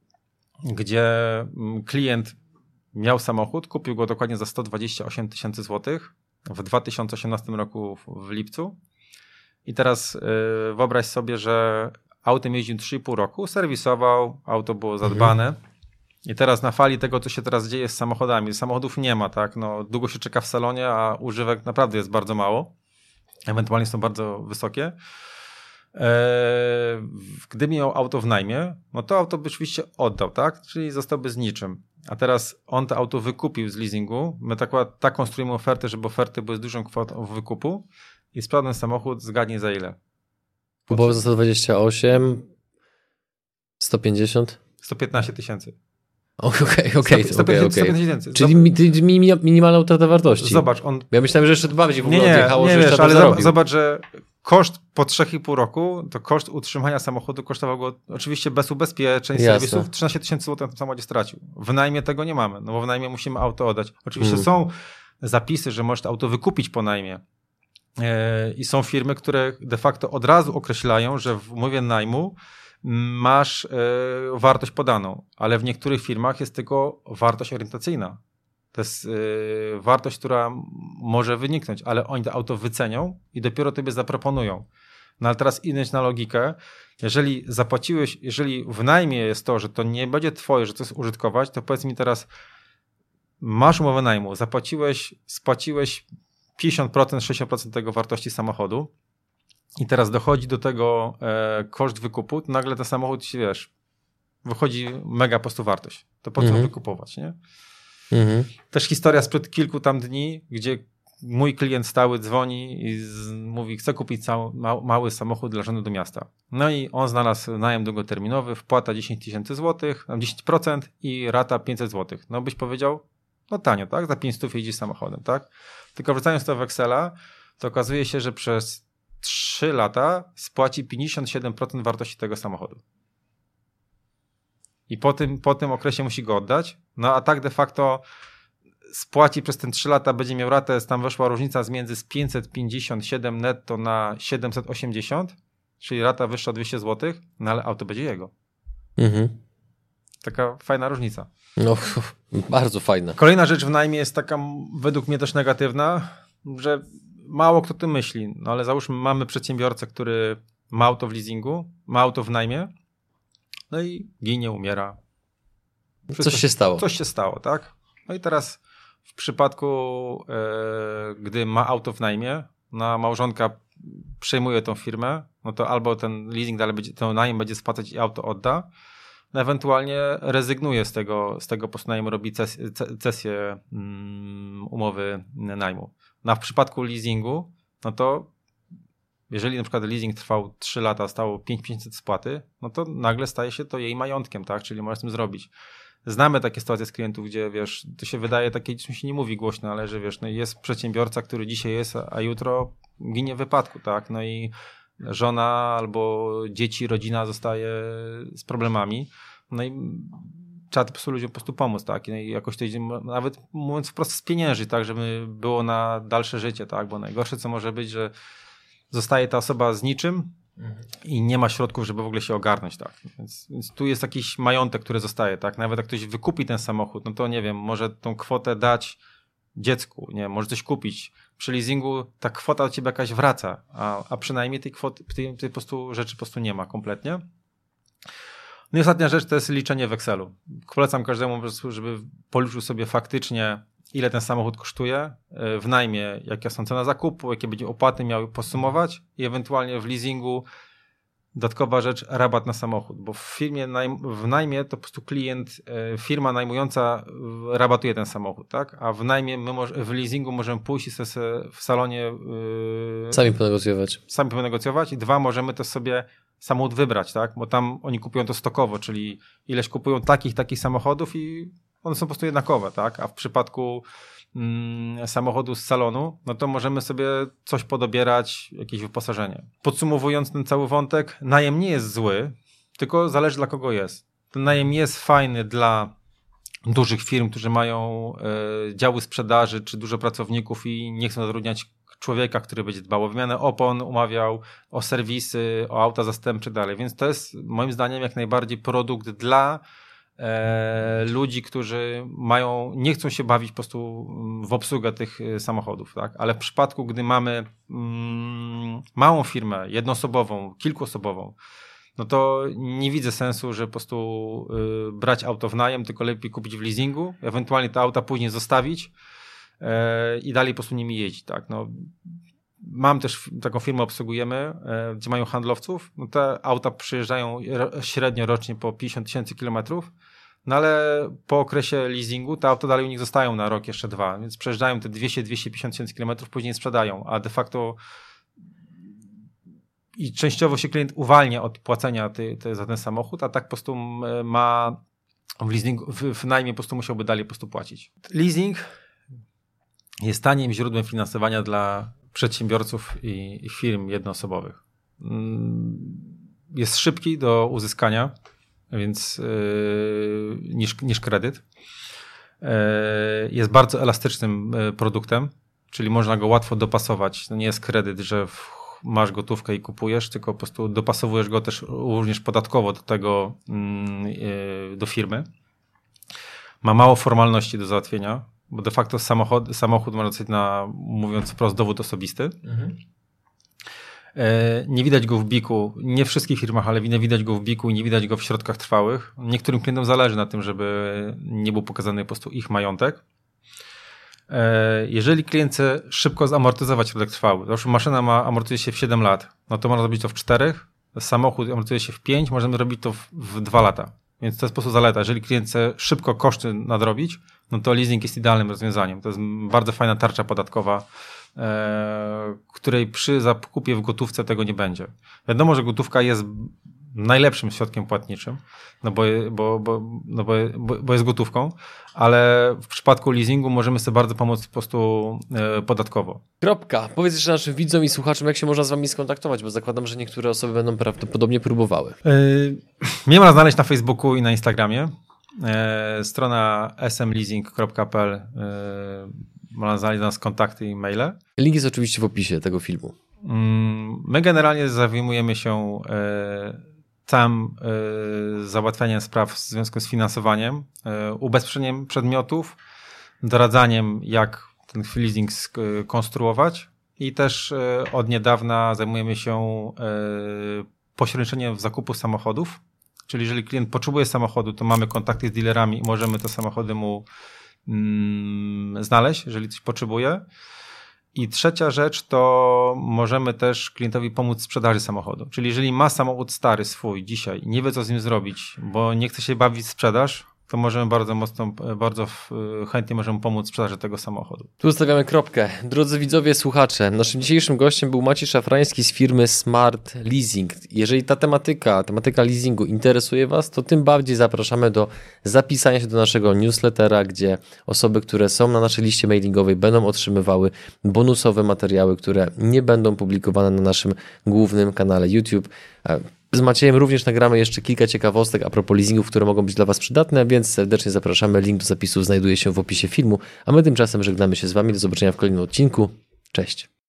gdzie mm, klient miał samochód, kupił go dokładnie za sto dwadzieścia osiem tysięcy złotych w dwa tysiące osiemnastym roku w, w lipcu. I teraz yy, wyobraź sobie, że autem jeździł trzy i pół roku, serwisował, auto było zadbane. Mhm. I teraz na fali tego, co się teraz dzieje z samochodami, samochodów nie ma, tak? No, długo się czeka w salonie, a używek naprawdę jest bardzo mało. Ewentualnie są bardzo wysokie. Eee, gdyby miał auto w najmie, no to auto by oczywiście oddał, tak? Czyli zostałby z niczym. A teraz on to auto wykupił z leasingu. My tak, tak konstruujemy ofertę, żeby oferty były z dużą kwotą wykupu i sprzedał samochód, zgadnij za ile? Kupował za sto dwadzieścia osiem, sto pięćdziesiąt? sto piętnaście tysięcy. Okej, okej, okej. Czyli Zob- mi, mi, minimalna utrata wartości. Zobacz, on... Ja myślałem, że jeszcze bardziej w ogóle nie, nie, odjechało, nie, że wiesz, jeszcze ale zarobił. zobacz, że koszt po trzech i pół roku, to koszt utrzymania samochodu kosztował go oczywiście bez ubezpieczeń, Jasne. serwisów, trzynaście tysięcy złotych na tym samochodzie stracił. W najmie tego nie mamy, no bo w najmie musimy auto oddać. Oczywiście Hmm. są zapisy, że możesz to auto wykupić po najmie. Yy, I są firmy, które de facto od razu określają, że w umowie najmu masz yy, wartość podaną, ale w niektórych firmach jest tylko wartość orientacyjna. To jest yy, wartość, która może wyniknąć, ale oni to auto wycenią i dopiero tobie zaproponują. No ale teraz idąc na logikę, jeżeli zapłaciłeś, jeżeli w najmie jest to, że to nie będzie twoje, że chcesz użytkować, to powiedz mi teraz, masz umowę najmu, zapłaciłeś, spłaciłeś pięćdziesiąt procent, sześćdziesiąt procent tego wartości samochodu i teraz dochodzi do tego e, koszt wykupu, to nagle ten samochód się, wiesz, wychodzi mega po prostu wartość. To po co Mhm. wykupować, nie? Mhm. Też historia sprzed kilku tam dni, gdzie mój klient stały dzwoni i z, mówi, chce kupić cały, ma, mały samochód dla żony do miasta. No i on znalazł najem długoterminowy, wpłata dziesięć tysięcy złotych, dziesięć procent i rata pięćset złotych. No byś powiedział, no tanio, tak? Za pięć stów jeździsz samochodem, tak? Tylko wracając to w Excela, to okazuje się, że przez trzy lata spłaci pięćdziesiąt siedem procent wartości tego samochodu. I po tym, po tym okresie musi go oddać. No a tak de facto spłaci przez te trzy lata, będzie miał ratę, tam weszła różnica z między z pięćset pięćdziesiąt siedem netto na siedemset osiemdziesiąt, czyli rata wyższa o dwieście złotych, no ale auto będzie jego. Mhm. Taka fajna różnica. No, bardzo fajna. Kolejna rzecz w najmie jest taka według mnie też negatywna, że mało kto tym myśli, no ale załóżmy mamy przedsiębiorcę, który ma auto w leasingu, ma auto w najmie, no i ginie, umiera. Wszystko, Coś się stało. Coś się stało, tak? No i teraz w przypadku, e, gdy ma auto w najmie, no małżonka przejmuje tą firmę, no to albo ten leasing dalej będzie, ten najem będzie spłacać i auto odda, no ewentualnie rezygnuje z tego, z tego po prostu najmu, robi ces, cesję um, umowy najmu. No a w przypadku leasingu, no to jeżeli na przykład leasing trwał trzy lata, stało pięć tysięcy pięćset spłaty, no to nagle staje się to jej majątkiem, tak? Czyli może z tym zrobić. Znamy takie sytuacje z klientów, gdzie wiesz, to się wydaje takie, czym się nie mówi głośno, ale że wiesz, no jest przedsiębiorca, który dzisiaj jest, a jutro ginie w wypadku, tak? No i żona albo dzieci, rodzina zostaje z problemami. No i trzeba po prostu ludziom po prostu pomóc, tak? I jakoś to idzie, nawet mówiąc wprost, spieniężyć, tak? Żeby było na dalsze życie, tak? Bo najgorsze, co może być, że zostaje ta osoba z niczym i nie ma środków, żeby w ogóle się ogarnąć, tak? Więc, więc tu jest jakiś majątek, który zostaje, tak? Nawet jak ktoś wykupi ten samochód, no to nie wiem, może tą kwotę dać dziecku, nie, może coś kupić. Przy leasingu ta kwota do ciebie jakaś wraca, a, a przynajmniej tej kwoty, tej, tej po prostu rzeczy po prostu nie ma kompletnie. No i ostatnia rzecz to jest liczenie w Excelu. Polecam każdemu, żeby policzył sobie faktycznie, ile ten samochód kosztuje w najmie, jaka są cena zakupu, jakie będzie opłaty miał posumować i ewentualnie w leasingu dodatkowa rzecz, rabat na samochód, bo w firmie, w najmie to po prostu klient, firma najmująca rabatuje ten samochód, tak? A w najmie, my w leasingu możemy pójść i sobie w salonie sami ponegocjować. Sami ponegocjować i dwa, możemy też sobie samochód wybrać, tak? Bo tam oni kupują to stokowo, czyli ileś kupują takich, takich samochodów i one są po prostu jednakowe, tak? A w przypadku mm, samochodu z salonu, no to możemy sobie coś podobierać, jakieś wyposażenie. Podsumowując ten cały wątek, najem nie jest zły, tylko zależy dla kogo jest. Ten najem jest fajny dla dużych firm, którzy mają y, działy sprzedaży czy dużo pracowników i nie chcą zatrudniać człowieka, który będzie dbał o wymianę opon, umawiał o serwisy, o auta zastępcze dalej. Więc to jest moim zdaniem jak najbardziej produkt dla e, ludzi, którzy mają, nie chcą się bawić po prostu w obsługę tych samochodów, tak? Ale w przypadku, gdy mamy mm, małą firmę, jednoosobową, kilkuosobową, no to nie widzę sensu, że po prostu y, brać auto w najem, tylko lepiej kupić w leasingu, ewentualnie te auta później zostawić i dalej po prostu nimi jeździć, tak, no. Mam też taką firmę, obsługujemy, gdzie mają handlowców, no te auta przyjeżdżają średnio rocznie po pięćdziesiąt tysięcy kilometrów, no ale po okresie leasingu te auta dalej u nich zostają na rok, jeszcze dwa, więc przejeżdżają te dwieście do dwustu pięćdziesięciu tysięcy kilometrów, później sprzedają, a de facto i częściowo się klient uwalnia od płacenia ty, ty za ten samochód, a tak po prostu ma w leasingu, w, w najmie po prostu musiałby dalej po prostu płacić. Leasing jest tanim źródłem finansowania dla przedsiębiorców i firm jednoosobowych. Jest szybki do uzyskania, więc yy, niż, niż kredyt. Yy, jest bardzo elastycznym produktem, czyli można go łatwo dopasować. To nie jest kredyt, że w, masz gotówkę i kupujesz, tylko po prostu dopasowujesz go też również podatkowo do tego, yy, do firmy. Ma mało formalności do załatwienia, bo de facto samochód, samochód można sobie na, mówiąc wprost, dowód osobisty. Mhm. E, nie widać go w biku, nie w wszystkich firmach, ale nie widać go w biku i nie widać go w środkach trwałych. Niektórym klientom zależy na tym, żeby nie był pokazany po prostu ich majątek. E, jeżeli klient chce szybko zamortyzować środek trwały, to już maszyna ma, amortyzuje się w siedem lat, no to można zrobić to w czterech, samochód amortyzuje się w pięć, możemy robić to w, w dwa lata. Więc to jest po prostu zaleta. Jeżeli klient chce szybko koszty nadrobić, no to leasing jest idealnym rozwiązaniem. To jest bardzo fajna tarcza podatkowa, e, której przy zakupie w gotówce tego nie będzie. Wiadomo, że gotówka jest najlepszym środkiem płatniczym, no bo, bo, bo, no bo, bo, bo jest gotówką, ale w przypadku leasingu możemy sobie bardzo pomóc po prostu e, podatkowo. Kropka. Powiedz jeszcze naszym widzom i słuchaczom, jak się można z wami skontaktować, bo zakładam, że niektóre osoby będą prawdopodobnie próbowały. E, mnie można znaleźć na Facebooku i na Instagramie. E, strona s m leasing kropka p l e, można znaleźć nas kontakty i maile. Link jest oczywiście w opisie tego filmu. My generalnie zajmujemy się e, całym e, załatwianiem spraw w związku z finansowaniem, e, ubezpieczeniem przedmiotów, doradzaniem, jak ten leasing skonstruować i też e, od niedawna zajmujemy się e, pośredniczeniem w zakupu samochodów, czyli jeżeli klient potrzebuje samochodu, to mamy kontakty z dealerami i możemy te samochody mu mm, znaleźć, jeżeli coś potrzebuje. I trzecia rzecz to możemy też klientowi pomóc w sprzedaży samochodu. Czyli jeżeli ma samochód stary swój dzisiaj i nie wie co z nim zrobić, bo nie chce się bawić w sprzedaż, to możemy bardzo mocno, bardzo chętnie możemy pomóc w sprzedaży tego samochodu. Tu stawiamy kropkę. Drodzy widzowie, słuchacze, naszym dzisiejszym gościem był Maciej Szafrański z firmy Smart Leasing. Jeżeli ta tematyka, tematyka leasingu interesuje Was, to tym bardziej zapraszamy do zapisania się do naszego newslettera, gdzie osoby, które są na naszej liście mailingowej, będą otrzymywały bonusowe materiały, które nie będą publikowane na naszym głównym kanale YouTube. Z Maciejem również nagramy jeszcze kilka ciekawostek a propos leasingów, które mogą być dla Was przydatne, więc serdecznie zapraszamy. Link do zapisu znajduje się w opisie filmu, a my tymczasem żegnamy się z Wami. Do zobaczenia w kolejnym odcinku. Cześć.